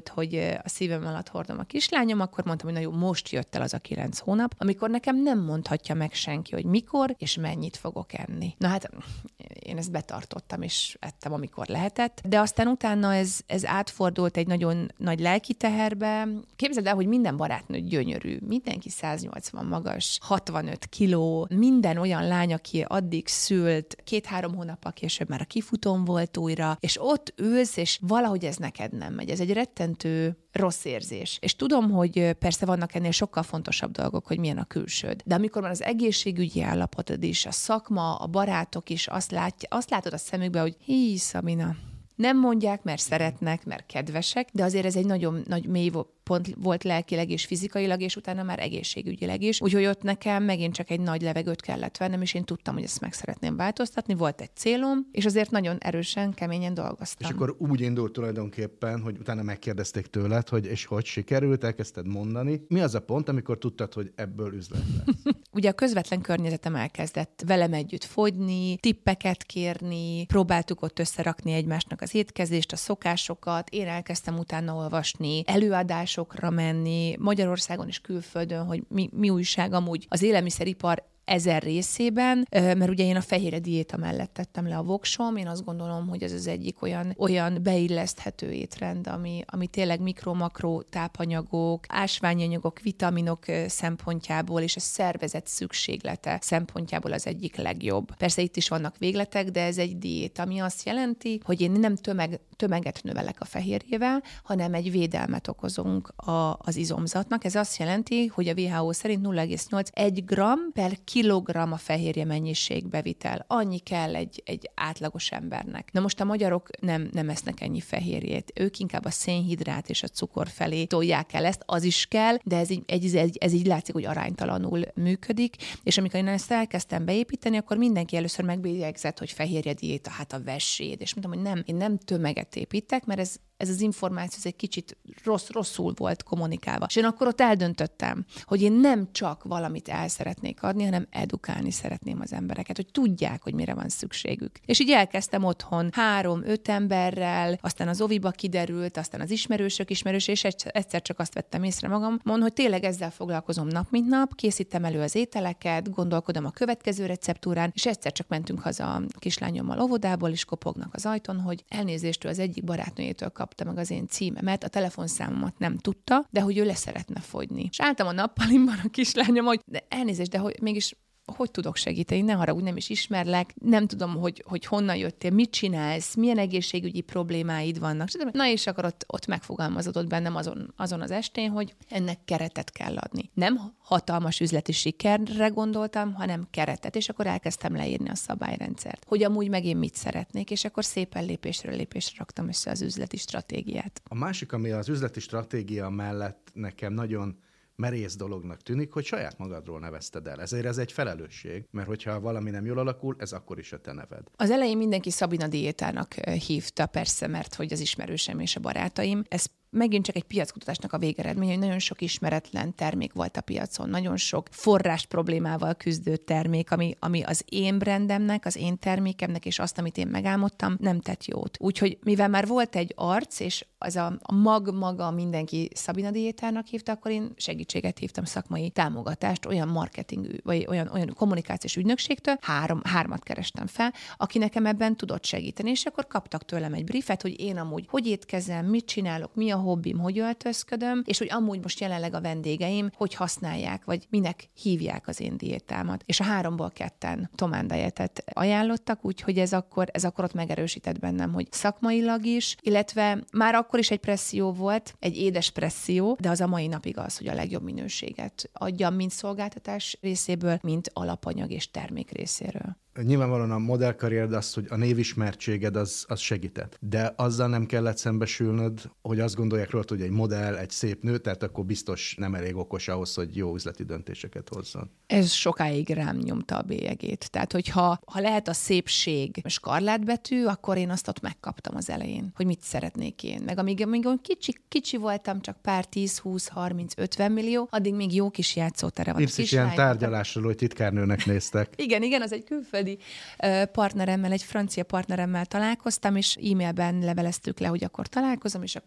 kiderült, hogy a szívem alatt hordom a kislányom, akkor mondtam, hogy na jó, most jött el az a 9 hónap, amikor nekem nem mondhatja meg senki, hogy mikor és mennyit fogok enni. Na hát én ezt betartottam, és ettem, amikor lehetett, de aztán utána ez átfordult egy nagyon nagy lelki teherbe. Képzeld el, hogy minden barátnő gyönyörű, mindenki 180 magas, 65 kiló, minden olyan lány, aki addig szült, 2-3 hónappal később már a kifutón volt újra, és ott ülsz, és valahogy ez neked nem megy. Ez egy rettentő rossz érzés. És tudom, hogy persze vannak ennél sokkal fontosabb dolgok, hogy milyen a külsőd. De amikor már az egészségügyi állapotod is, a szakma, a barátok is azt látod a szemükbe, hogy hí, Szabina, nem mondják, mert szeretnek, mert kedvesek, de azért ez egy nagyon nagy mély pont volt lelkileg és fizikailag, és utána már egészségügyileg is. Úgyhogy ott nekem megint csak egy nagy levegőt kellett vennem, és én tudtam, hogy ezt meg szeretném változtatni. Volt egy célom, és azért nagyon erősen, keményen dolgoztam. És akkor úgy indult tulajdonképpen, hogy utána megkérdezték tőled, hogy és hogy sikerült, elkezdted mondani. Mi az a pont, amikor tudtad, hogy ebből üzlet lesz? Ugye a közvetlen környezetem elkezdett velem együtt fogyni, tippeket kérni, próbáltuk ott összerakni egymásnak az étkezést, a szokásokat, én elkezdtem utána olvasni, előadásokra menni, Magyarországon és külföldön, hogy mi újság amúgy az élelmiszeripar 1000 részében, mert ugye én a fehérje diéta mellett tettem le a voksom, én azt gondolom, hogy ez az egyik olyan beilleszthető étrend, ami tényleg mikro-makro tápanyagok, ásványi anyagok, vitaminok szempontjából és a szervezet szükséglete szempontjából az egyik legjobb. Persze itt is vannak végletek, de ez egy diéta, ami azt jelenti, hogy én nem tömeget növelek a fehérjével, hanem egy védelmet okozunk az izomzatnak. Ez azt jelenti, hogy a WHO szerint 0,8 gram per kilogramm a fehérje mennyisségbevitel. Annyi kell egy átlagos embernek. Na most a magyarok nem esznek ennyi fehérjét. Ők inkább a szénhidrát és a cukor felé tolják el ezt, az is kell, de ez így látszik, hogy aránytalanul működik. És amikor én ezt elkezdtem beépíteni, akkor mindenki először megbélyegzett, hogy fehérje diéta, hát a vesséd. És mondtam, hogy nem, én nem tömeget építek, mert ez az információ egy kicsit rosszul volt kommunikálva. És én akkor ott eldöntöttem, hogy én nem csak valamit el szeretnék adni, hanem edukálni szeretném az embereket, hogy tudják, hogy mire van szükségük. És így elkezdtem otthon 3-5 emberrel, aztán az oviba kiderült, aztán az ismerősök, és egyszer csak azt vettem észre magamon, hogy tényleg ezzel foglalkozom nap mint nap, készítem elő az ételeket, gondolkodom a következő receptúrán, és egyszer csak mentünk haza a kislányommal óvodából, és kopognak az ajtón, hogy elnézéstől az egyik barátnőjétől kapta meg az én címemet, a telefonszámomat nem tudta, de hogy ő leszeretne fogyni. És álltam a nappalimban a kislányom, hogy de elnézést, de hogy mégis hogy tudok segíteni, ne haragudj, nem is ismerlek, nem tudom, hogy honnan jöttél, mit csinálsz, milyen egészségügyi problémáid vannak. Na és akkor ott megfogalmazódott bennem azon az estén, hogy ennek keretet kell adni. Nem hatalmas üzleti sikerre gondoltam, hanem keretet, és akkor elkezdtem leírni a szabályrendszert, hogy amúgy meg én mit szeretnék, és akkor szépen lépésről lépésre raktam össze az üzleti stratégiát. A másik, ami az üzleti stratégia mellett nekem nagyon merész dolognak tűnik, hogy saját magadról nevezted el. Ezért ez egy felelősség, mert hogyha valami nem jól alakul, ez akkor is a te neved. Az elején mindenki Szabina diétának hívta, persze, mert hogy az ismerősem és a barátaim. Ez megint csak egy piackutatásnak a végeredménye, hogy nagyon sok ismeretlen termék volt a piacon, nagyon sok forrás problémával küzdő termék, ami az én brandemnek, az én termékemnek, és azt, amit én megálmodtam, nem tett jót. Úgyhogy mivel már volt egy arc, és az a maga mindenki Szabina diétának hívta, akkor én segítséget hívtam, szakmai támogatást, olyan marketing, vagy olyan kommunikációs ügynökségtől, hármat kerestem fel, aki nekem ebben tudott segíteni, és akkor kaptak tőlem egy briefet, hogy én amúgy hogy étkezem, mit csinálok, mi a hobbim, hogy öltözködöm, és hogy amúgy most jelenleg a vendégeim hogy használják, vagy minek hívják az én diétámat. És a 3-ból 2 Tomán dietet ajánlottak, úgyhogy ez akkor ott megerősített bennem, hogy szakmailag is, illetve már akkor is egy presszió volt, egy édes presszió, de az a mai napig az, hogy a legjobb minőséget adjam, mind szolgáltatás részéből, mind alapanyag és termék részéről. Nyilvánvalóan a modellkarriered az, hogy a névismertséged az segített. De azzal nem kellett szembesülnöd, hogy azt gondolják rólad, hogy egy modell, egy szép nő, tehát akkor biztos nem elég okos ahhoz, hogy jó üzleti döntéseket hozzon. Ez sokáig rám nyomta a bélyegét. Tehát, hogyha lehet a szépség skarlátbetű, akkor én azt ott megkaptam az elején, hogy mit szeretnék én. Meg amíg kicsi voltam, csak pár 10, 20, 30, 50 millió, addig még jó kis játszótere van. Népsz is ilyen tárgyalásról, hogy titkárnőnek néztek. Igen, az egy külföldi partneremmel, egy francia partneremmel találkoztam, és e-mailben leveleztük le, hogy akkor találkozom, és akkor persze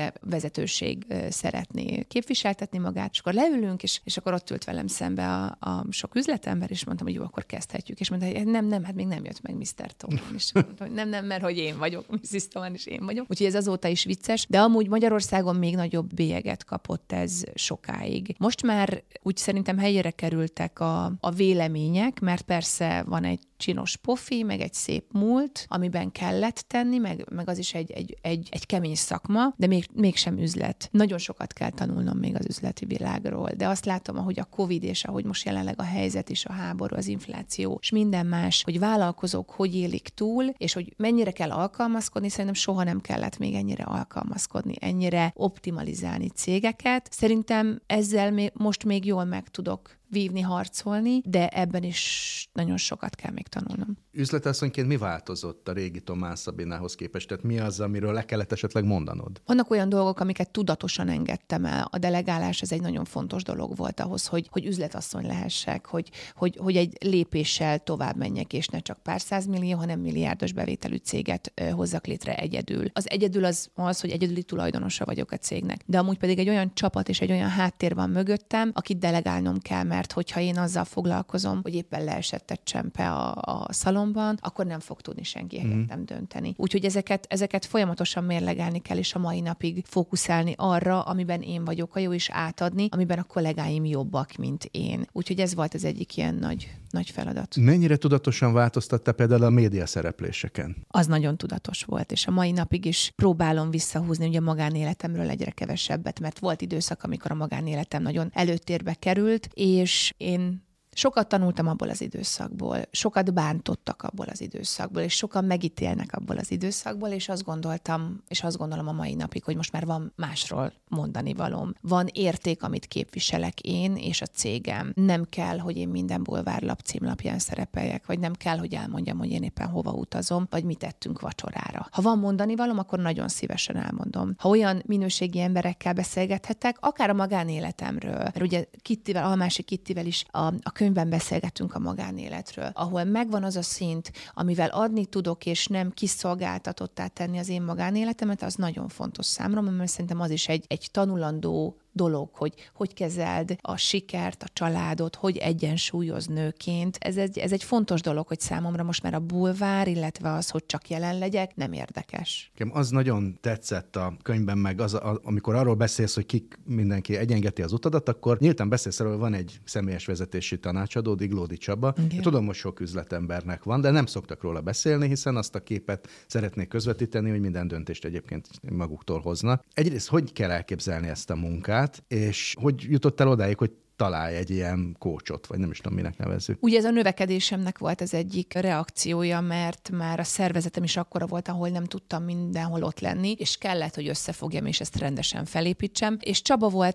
persze vezetőség szeretné képviseltetni magát, és akkor leülünk, és akkor ott ült velem szembe a sok üzletember, és mondtam, hogy jó, akkor kezdhetjük. És mondta, hogy nem, hát még nem jött meg Mr. Tom. És mondtam, hogy nem, mert hogy én vagyok, Mrs. Tom, és én vagyok. Úgyhogy ez azóta is vicces, de amúgy Magyarországon még nagyobb bélyeget kapott ez sokáig. Most már úgy szerintem helyére kerültek a vélemények, mert persze van egy csinos pofi, meg egy szép múlt, amiben kellett tenni, meg az is egy kemény szakma, de mégsem üzlet. Nagyon sokat kell tanulnom még az üzleti világról, de azt látom, ahogy a Covid és ahogy most jelenleg a helyzet is, a háború, az infláció, és minden más, hogy vállalkozók hogy élik túl, és hogy mennyire kell alkalmazkodni, szerintem soha nem kellett még ennyire alkalmazkodni, ennyire optimalizálni cégeket. Szerintem ezzel most még jól meg tudok vívni, harcolni, de ebben is nagyon sokat kell még tanulnom. Üzletasszonyként mi változott a régi Tomás Szabinához képest? Tehát mi az, amiről le kellett esetleg mondanod? Vannak olyan dolgok, amiket tudatosan engedtem el. A delegálás ez egy nagyon fontos dolog volt ahhoz, hogy üzletasszony lehessek, hogy egy lépéssel tovább menjek, és ne csak pár százmillió, hanem milliárdos bevételű céget hozzak létre egyedül. Az egyedül az, hogy egyedüli tulajdonosa vagyok a cégnek. De amúgy pedig egy olyan csapat és egy olyan háttér van mögöttem, akit delegálnom kell, mert hogyha én azzal foglalkozom, hogy éppen leesett egy csempe a szalomban, akkor nem fog tudni senki helyettem dönteni. Úgyhogy ezeket folyamatosan mérlegelni kell, és a mai napig fókuszálni arra, amiben én vagyok a jó, és átadni, amiben a kollégáim jobbak, mint én. Úgyhogy ez volt az egyik ilyen nagy feladat. Mennyire tudatosan változtatta például a média szerepléseken? Az nagyon tudatos volt, és a mai napig is próbálom visszahúzni ugye a magánéletemről egyre kevesebbet, mert volt időszak, amikor a magánéletem nagyon előtérbe került, és én sokat tanultam abból az időszakból, sokat bántottak abból az időszakból, és sokan megítélnek abból az időszakból, és azt gondolom a mai napig, hogy most már van másról mondani valóm. Van érték, amit képviselek én és a cégem. Nem kell, hogy én minden bulvárlap címlapján szerepeljek, vagy nem kell, hogy elmondjam, hogy én éppen hova utazom, vagy mit ettünk vacsorára. Ha van mondani valóm, akkor nagyon szívesen elmondom. Ha olyan minőségi emberekkel beszélgethetek, akár a magánéletemről, mert ugye Almási Kittivel is a könyvben beszélgetünk a magánéletről, ahol megvan az a szint, amivel adni tudok, és nem kiszolgáltatottá tenni az én magánéletemet, az nagyon fontos számomra, mert szerintem az is egy tanulandó dolog, hogy kezeld a sikert, a családot, hogy egyensúlyoz nőként. Ez egy fontos dolog, hogy számomra most már a bulvár, illetve az, hogy csak jelen legyek, nem érdekes. Az nagyon tetszett a könyvben, meg amikor arról beszélsz, hogy mindenki egyengeti az utadat, akkor nyíltan beszélsz arról, van egy személyes vezetési tanácsadó, Iglódi Csaba. Tudom, hogy sok üzletembernek van, de nem szoktak róla beszélni, hiszen azt a képet szeretnék közvetíteni, hogy minden döntést egyébként maguktól hoznak. Egyrészt, hogy kell elképzelni ezt a munkát, és hogy jutottál odáig, hogy találj egy ilyen coachot, vagy nem is tudom, minek nevezzük. Ugye ez a növekedésemnek volt az egyik reakciója, mert már a szervezetem is akkora volt, ahol nem tudtam mindenhol ott lenni, és kellett, hogy összefogjam, és ezt rendesen felépítsem. És Csaba volt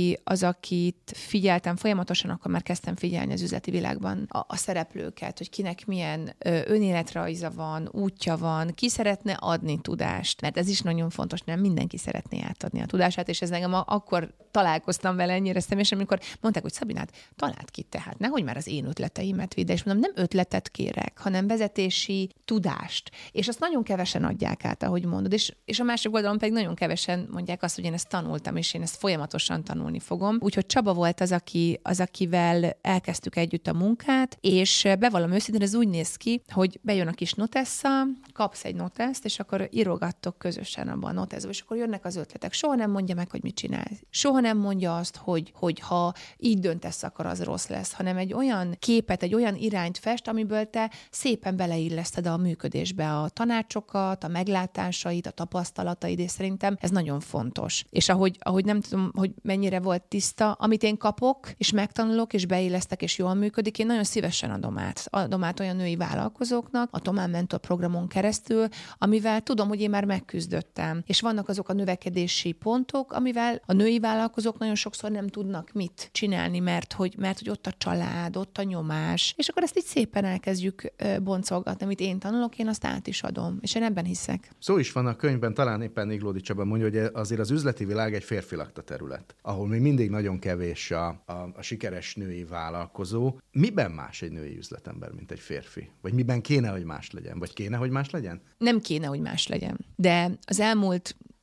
akit figyeltem folyamatosan, akkor már kezdtem figyelni az üzleti világban a szereplőket, hogy kinek milyen önéletrajza van, útja van, ki szeretne adni tudást, mert ez is nagyon fontos, nem mindenki szeretné átadni a tudását, és ez engem akkor találkoztam vele ennyire személyesen, amikor mondták, hogy Szabinát, találd ki tehát, nehogy már az én ötleteimet vidd, és mondom, nem ötletet kérek, hanem vezetési tudást. És azt nagyon kevesen adják át, ahogy mondod, és a másik oldalon pedig nagyon kevesen mondják azt, hogy én ezt tanultam, és én ezt folyamatosan tanulni fogom. Úgyhogy Csaba volt az, akivel elkezdtük együtt a munkát, és bevallom őszintén, ez úgy néz ki, hogy bejön a kis notessa, kapsz egy noteszt, és akkor írogattok közösen abban a noteszbe, és akkor jönnek az ötletek. Soha nem mondja meg, hogy mit csinálsz. Soha nem mondja azt, hogy ha így döntesz, akkor az rossz lesz, hanem egy olyan képet, egy olyan irányt fest, amiből te szépen beleilleszted a működésbe a tanácsokat, a meglátásait, a tapasztalataid, és szerintem ez nagyon fontos. És ahogy nem tudom, hogy mennyire volt tiszta, amit én kapok, és megtanulok, és beillesztek, és jól működik, én nagyon szívesen adom át olyan női vállalkozóknak, a Tomán Mentor programon keresztül, amivel tudom, hogy én már megküzdöttem. És vannak azok a növekedési pontok, amivel a női vállalkozók nagyon sokszor nem tudnak mit csinálni, mert hogy ott a család, ott a nyomás, és akkor ezt így szépen elkezdjük boncolgatni, amit én tanulok, én azt át is adom, és én ebben hiszek. Szó is van a könyvben, talán éppen Iglódi Csaba mondja, hogy azért az üzleti világ egy férfilakta terület, ahol még mindig nagyon kevés a sikeres női vállalkozó. Miben más egy női üzletember, mint egy férfi? Vagy miben kéne, hogy más legyen? Vagy kéne, hogy más legyen? Nem kéne, hogy más legyen. De az elmúlt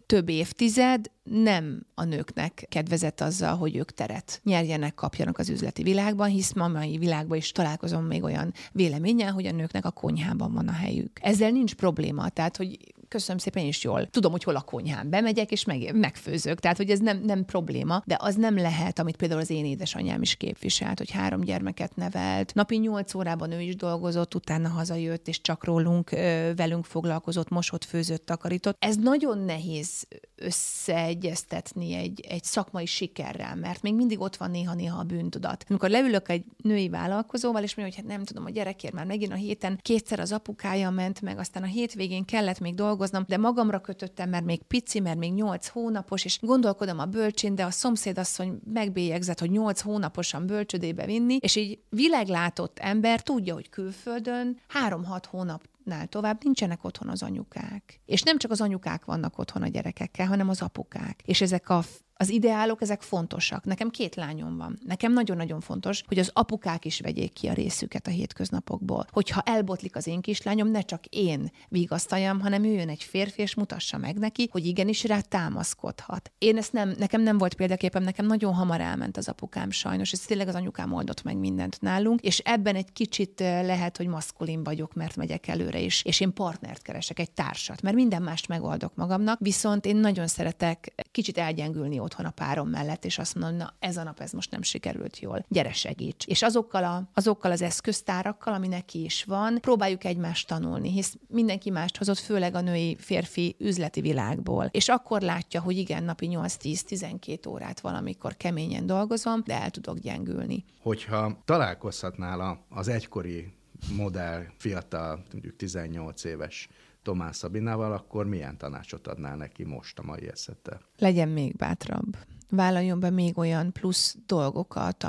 több évtized nem a nőknek kedvezett azzal, hogy ők teret nyerjenek, kapjanak az üzleti világban, hisz ma mai világban is találkozom még olyan véleménnyel, hogy a nőknek a konyhában van a helyük. Ezzel nincs probléma, tehát hogy köszönöm szépen, én is jól tudom, hogy hol a konyhán bemegyek, és megfőzök. Tehát, hogy ez nem probléma, de az nem lehet, amit például az én édesanyám is képviselt, hogy 3 gyermeket nevelt. Napi 8 órában ő is dolgozott, utána hazajött, és csak velünk foglalkozott, mosott, főzött, takarított. Ez nagyon nehéz összeegyeztetni egy szakmai sikerrel, mert még mindig ott van néha a bűntudat. Amikor leülök egy női vállalkozóval, és mondja, hogy hát nem tudom, a gyerekért már megint a héten 2-szer az apukája ment meg, aztán a hétvégén kellett még dolgoznom, de magamra kötöttem, mert még pici, mert még 8 hónapos, és gondolkodom a bölcsén, de a szomszédasszony megbélyegzett, hogy 8 hónaposan bölcsödébe vinni, és így világlátott ember tudja, hogy külföldön 3-6 hónapnál tovább nincsenek otthon az anyukák. És nem csak az anyukák vannak otthon a gyerekekkel, hanem az apukák. És ezek az ideálok, ezek fontosak. Nekem 2 lányom van. Nekem nagyon-nagyon fontos, hogy az apukák is vegyék ki a részüket a hétköznapokból. Hogyha elbotlik az én kislányom, ne csak én vigasztaljam, hanem jöjjön egy férfi, és mutassa meg neki, hogy igenis rá támaszkodhat. Nekem nem volt példaképem, nekem nagyon hamar elment az apukám sajnos, és tényleg az anyukám oldott meg mindent nálunk, és ebben egy kicsit lehet, hogy maszkulin vagyok, mert megyek előre is, és én partnert keresek, egy társat, mert minden mást megoldok magamnak, viszont én nagyon szeretek kicsit elgyengülni otthon a párom mellett, és azt mondom, na ez a nap ez most nem sikerült jól, gyere segíts. És azokkal az eszköztárakkal, ami neki is van, próbáljuk egymást tanulni, hisz mindenki mást hozott, főleg a női férfi üzleti világból. És akkor látja, hogy igen, napi 8-10-12 órát valamikor keményen dolgozom, de el tudok gyengülni. Hogyha találkozhatnál az egykori modell, fiatal, mondjuk 18 éves Thomán Szabinával, akkor milyen tanácsot adnál neki most a mai eszettel? Legyen még bátrabb. Vállaljon be még olyan plusz dolgokat,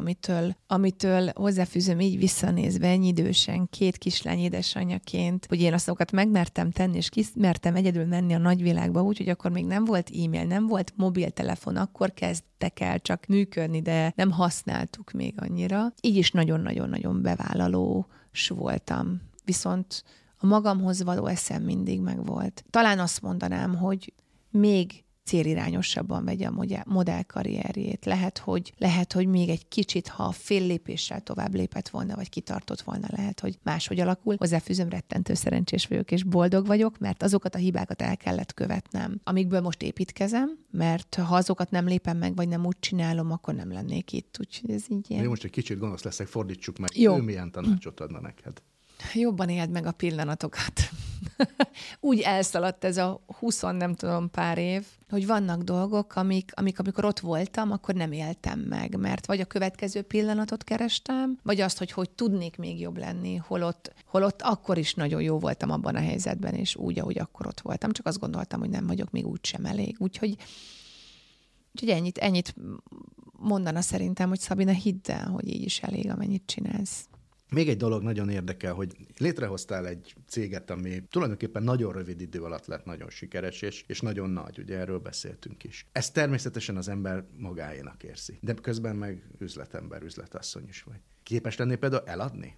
amitől hozzáfűzöm így visszanézve, ennyi idősen, 2 kislány édesanyjaként, hogy én azokat megmertem tenni, és mertem egyedül menni a nagyvilágba, úgyhogy akkor még nem volt e-mail, nem volt mobiltelefon, akkor kezdtek el csak működni, de nem használtuk még annyira. Így is nagyon-nagyon-nagyon bevállalós voltam. Viszont a magamhoz való eszem mindig megvolt. Talán azt mondanám, hogy még célirányosabban vegye a modellkarrierjét. Lehet, hogy még egy kicsit, ha fél lépéssel tovább lépett volna, vagy kitartott volna, lehet, hogy máshogy alakul. Hozzáfűzöm, rettentő szerencsés vagyok, és boldog vagyok, mert azokat a hibákat el kellett követnem, amikből most építkezem, mert ha azokat nem lépem meg, vagy nem úgy csinálom, akkor nem lennék itt. Úgyhogy ez így ilyen. Én most egy kicsit gonosz leszek, fordítsuk meg. Jó. Ő milyen tanácsot adna neked? Jobban éld meg a pillanatokat. Úgy elszaladt ez a 20 nem tudom pár év, hogy vannak dolgok, amikor ott voltam, akkor nem éltem meg, mert vagy a következő pillanatot kerestem, vagy azt, hogy tudnék még jobb lenni, holott akkor is nagyon jó voltam abban a helyzetben, és úgy, ahogy akkor ott voltam. Csak azt gondoltam, hogy nem vagyok még úgysem elég. Úgyhogy ennyit mondana szerintem, hogy Szabina, hidd el, hogy így is elég, amennyit csinálsz. Még egy dolog nagyon érdekel, hogy létrehoztál egy céget, ami tulajdonképpen nagyon rövid idő alatt lett nagyon sikeres, és nagyon nagy, ugye erről beszéltünk is. Ezt természetesen az ember magáénak érzi, de közben meg üzletember, üzletasszony is vagy. Képes lennél például eladni?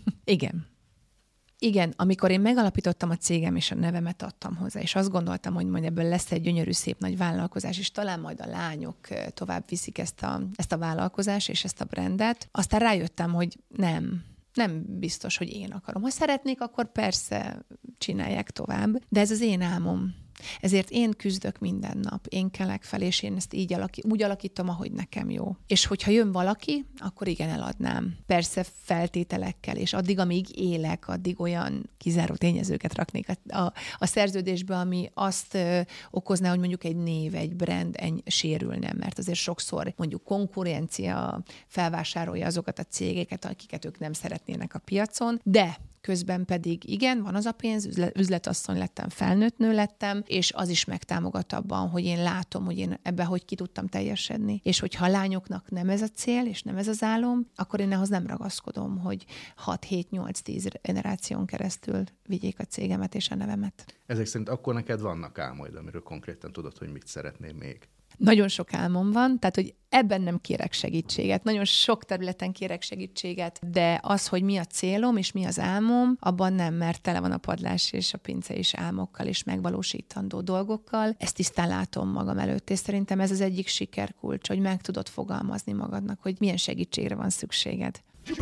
Igen, amikor én megalapítottam a cégem, és a nevemet adtam hozzá, és azt gondoltam, hogy majd ebből lesz egy gyönyörű, szép nagy vállalkozás, és talán majd a lányok tovább viszik ezt a vállalkozást és ezt a brandet, aztán rájöttem, hogy nem biztos, hogy én akarom. Ha szeretnék, akkor persze csinálják tovább, de ez az én álmom. Ezért én küzdök minden nap, én kelek fel, és én ezt úgy alakítom, ahogy nekem jó. És hogyha jön valaki, akkor igen, eladnám. Persze feltételekkel, és addig, amíg élek, addig olyan kizáró tényezőket raknék a szerződésbe, ami azt okozná, hogy mondjuk egy név, egy brand sérülne, mert azért sokszor mondjuk konkurencia felvásárolja azokat a cégeket, akiket ők nem szeretnének a piacon, de közben pedig igen, van az a pénz, üzletasszony lettem, felnőtt nő lettem, és az is megtámogat abban, hogy én látom, hogy én ebben hogy ki tudtam teljesedni. És hogyha a lányoknak nem ez a cél, és nem ez az álom, akkor én ahhoz nem ragaszkodom, hogy 6-7-8-10 generáción keresztül vigyék a cégemet és a nevemet. Ezek szerint akkor neked vannak álmaid, amiről konkrétan tudod, hogy mit szeretnél még? Nagyon sok álmom van, tehát hogy ebben nem kérek segítséget. Nagyon sok területen kérek segítséget, de az, hogy mi a célom és mi az álmom, abban nem, mert tele van a padlás és a pince is álmokkal és megvalósítandó dolgokkal. Ezt tisztán látom magam előtt, és szerintem ez az egyik sikerkulcs, hogy meg tudod fogalmazni magadnak, hogy milyen segítségre van szükséged.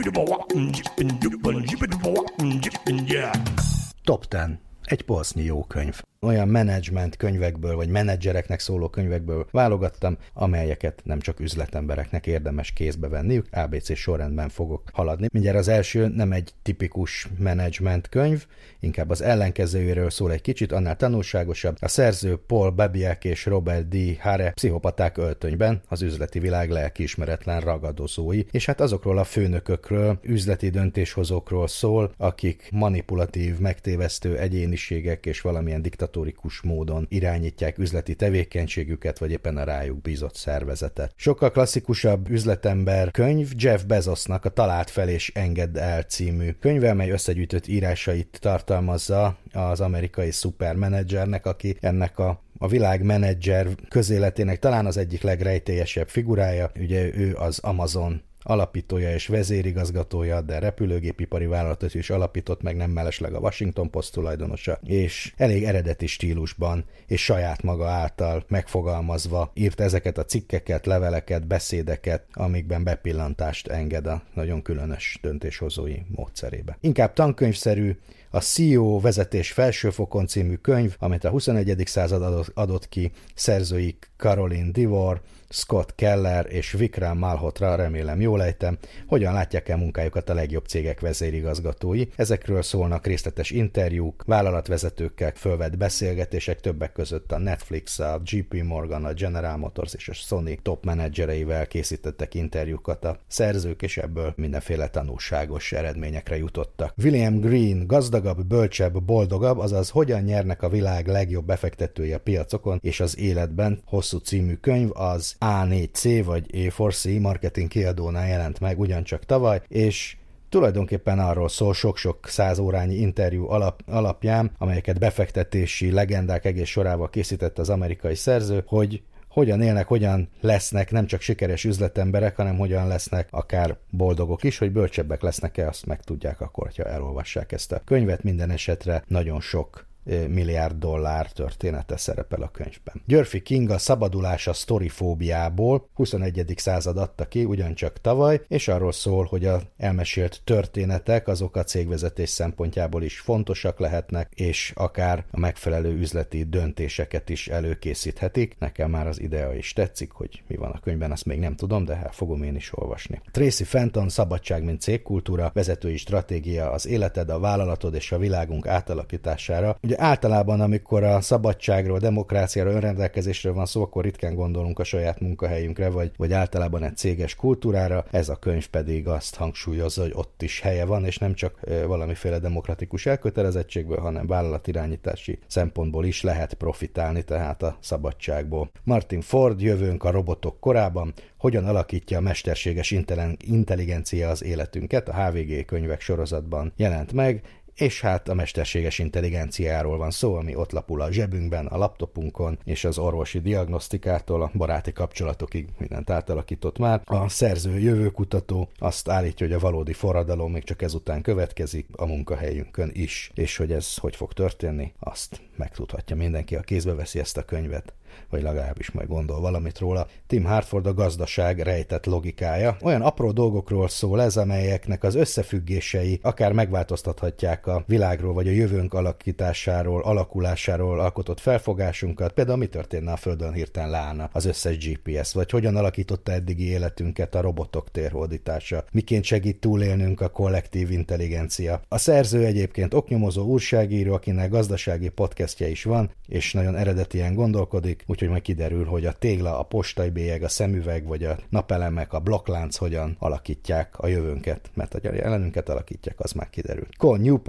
Top 10. Egy polsznyi jó könyv. Olyan menedzsment könyvekből, vagy menedzsereknek szóló könyvekből válogattam, amelyeket nem csak üzletembereknek érdemes kézbe venniük, ABC sorrendben fogok haladni. Mindjárt az első nem egy tipikus menedzsment könyv, inkább az ellenkezőjéről szól egy kicsit, annál tanulságosabb. A szerző Paul Babiak és Robert D. Hare Pszichopaták öltönyben, az üzleti világ lelkiismeretlen ragadozói, és hát azokról a főnökökről, üzleti döntéshozókról szól, akik manipulatív, megtévesztő egyéniségek és valamilyen diktatórikus módon irányítják üzleti tevékenységüket, vagy éppen a rájuk bízott szervezetet. Sokkal klasszikusabb üzletember könyv Jeff Bezosnak a Találd fel és engedd el című könyve, mely összegyűjtött írásait tartalmazza az amerikai szupermenedzsernek, aki ennek a világ menedzser közéletének talán az egyik legrejtélyesebb figurája. Ugye ő az Amazon alapítója és vezérigazgatója, de repülőgépipari vállalatot is alapított, meg nem mellesleg a Washington Post tulajdonosa, és elég eredeti stílusban és saját maga által megfogalmazva írt ezeket a cikkeket, leveleket, beszédeket, amikben bepillantást enged a nagyon különös döntéshozói módszerébe. Inkább tankönyvszerű a CEO vezetés felsőfokon című könyv, amit a 21. század adott ki, szerzői Caroline Divor, Scott Keller és Vikram Malhotra, remélem jól ejtem, hogyan látják el munkájukat a legjobb cégek vezérigazgatói. Ezekről szólnak részletes interjúk, vállalatvezetőkkel fölvett beszélgetések, többek között a Netflix, a JP Morgan, a General Motors és a Sony top menedzsereivel készítettek interjúkat a szerzők, és ebből mindenféle tanulságos eredményekre jutottak. William Green gazdagabb, bölcsebb, boldogabb, azaz hogyan nyernek a világ legjobb befektetői a piacokon és az életben hosszú című könyv az A4C vagy A4C marketing kiadónál jelent meg ugyancsak tavaly, és tulajdonképpen arról szól sok-sok százórányi interjú alapján, amelyeket befektetési legendák egész sorával készített az amerikai szerző, hogy hogyan élnek, hogyan lesznek nem csak sikeres üzletemberek, hanem hogyan lesznek akár boldogok is, hogy bölcsebbek lesznek-e, azt megtudják akkor, ha elolvassák ezt a könyvet. Minden esetre nagyon sok milliárd dollár története szerepel a könyvben. Györfi Kinga Szabadulás a sztorifóbiából 21. század adta ki ugyancsak tavaly, és arról szól, hogy az elmesélt történetek azok a cégvezetés szempontjából is fontosak lehetnek, és akár a megfelelő üzleti döntéseket is előkészíthetik. Nekem már az idea is tetszik, hogy mi van a könyvben, azt még nem tudom, de hát fogom én is olvasni. Tracy Fenton Szabadság mint cégkultúra, vezetői stratégia az életed, a vállalatod és a világunk átalakítására. Ugye általában, amikor a szabadságról, demokráciáról, önrendelkezésről van szó, akkor ritkán gondolunk a saját munkahelyünkre, vagy általában egy céges kultúrára. Ez a könyv pedig azt hangsúlyozza, hogy ott is helye van, és nem csak valamiféle demokratikus elkötelezettségből, hanem vállalatirányítási szempontból is lehet profitálni tehát a szabadságból. Martin Ford, Jövőnk a robotok korában, hogyan alakítja a mesterséges intelligencia az életünket, a HVG könyvek sorozatban jelent meg, és hát a mesterséges intelligenciáról van szó, ami ott lapul a zsebünkben, a laptopunkon, és az orvosi diagnosztikától a baráti kapcsolatokig mindent átalakított már. A szerző jövőkutató azt állítja, hogy a valódi forradalom még csak ezután következik a munkahelyünkön is, és hogy ez hogy fog történni, azt megtudhatja mindenki, a kézbe veszi ezt a könyvet, vagy legalábbis majd gondol valamit róla. Tim Hartford A gazdaság rejtett logikája. Olyan apró dolgokról szól ez, amelyeknek az összefüggései akár megváltoztathatják a világról, vagy a jövőnk alakításáról, alakulásáról alkotott felfogásunkat. Például mi történne, a Földön hirtelen leállna az összes GPS, vagy hogyan alakította eddigi életünket a robotok térhódítása, miként segít túlélnünk a kollektív intelligencia. A szerző egyébként oknyomozó újságíró, akinek gazdasági podcastja is van, és nagyon eredetien gondolkodik, úgyhogy majd kiderül, hogy a tégla, a postai bélyeg, a szemüveg, vagy a napelemek, a blokklánc hogyan alakítják a jövőnket, mert a jelenünket alakítják, az már kiderül. Cole Newport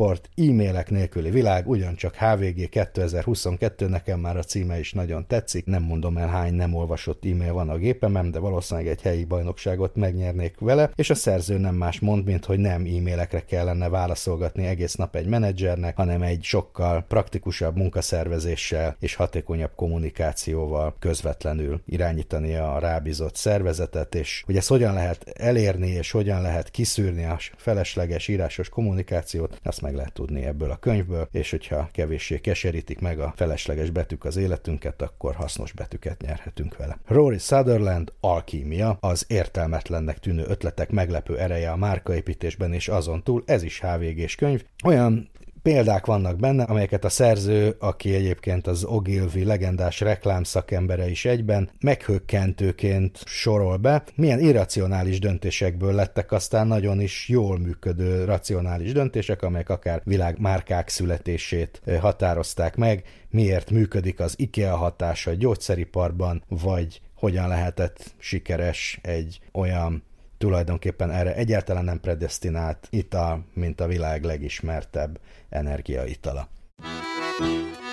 csoport, e-mailek nélküli világ, ugyancsak HVG 2022, nekem már a címe is nagyon tetszik, nem mondom el hány nem olvasott e-mail van a gépemem, de valószínűleg egy helyi bajnokságot megnyernék vele, és a szerző nem más mond, mint hogy nem e-mailekre kellene válaszolgatni egész nap egy menedzsernek, hanem egy sokkal praktikusabb munkaszervezéssel és hatékonyabb kommunikációval közvetlenül irányítani a rábízott szervezetet, és hogy ezt hogyan lehet elérni, és hogyan lehet kiszűrni a felesleges írásos kommunikációt, azt meg lehet tudni ebből a könyvből, és hogyha kevéssé keserítik meg a felesleges betűk az életünket, akkor hasznos betűket nyerhetünk vele. Rory Sutherland, Alkímia, az értelmetlennek tűnő ötletek meglepő ereje a márkaépítésben, és azon túl ez is HVG-s könyv. Olyan példák vannak benne, amelyeket a szerző, aki egyébként az Ogilvy legendás reklámszakembere is egyben, meghökkentőként sorol be, milyen irracionális döntésekből lettek aztán nagyon is jól működő racionális döntések, amelyek akár világmárkák születését határozták meg, miért működik az IKEA hatása a gyógyszeriparban, vagy hogyan lehetett sikeres egy olyan tulajdonképpen erre egyáltalán nem predesztinált ital, mint a világ legismertebb energiaitala.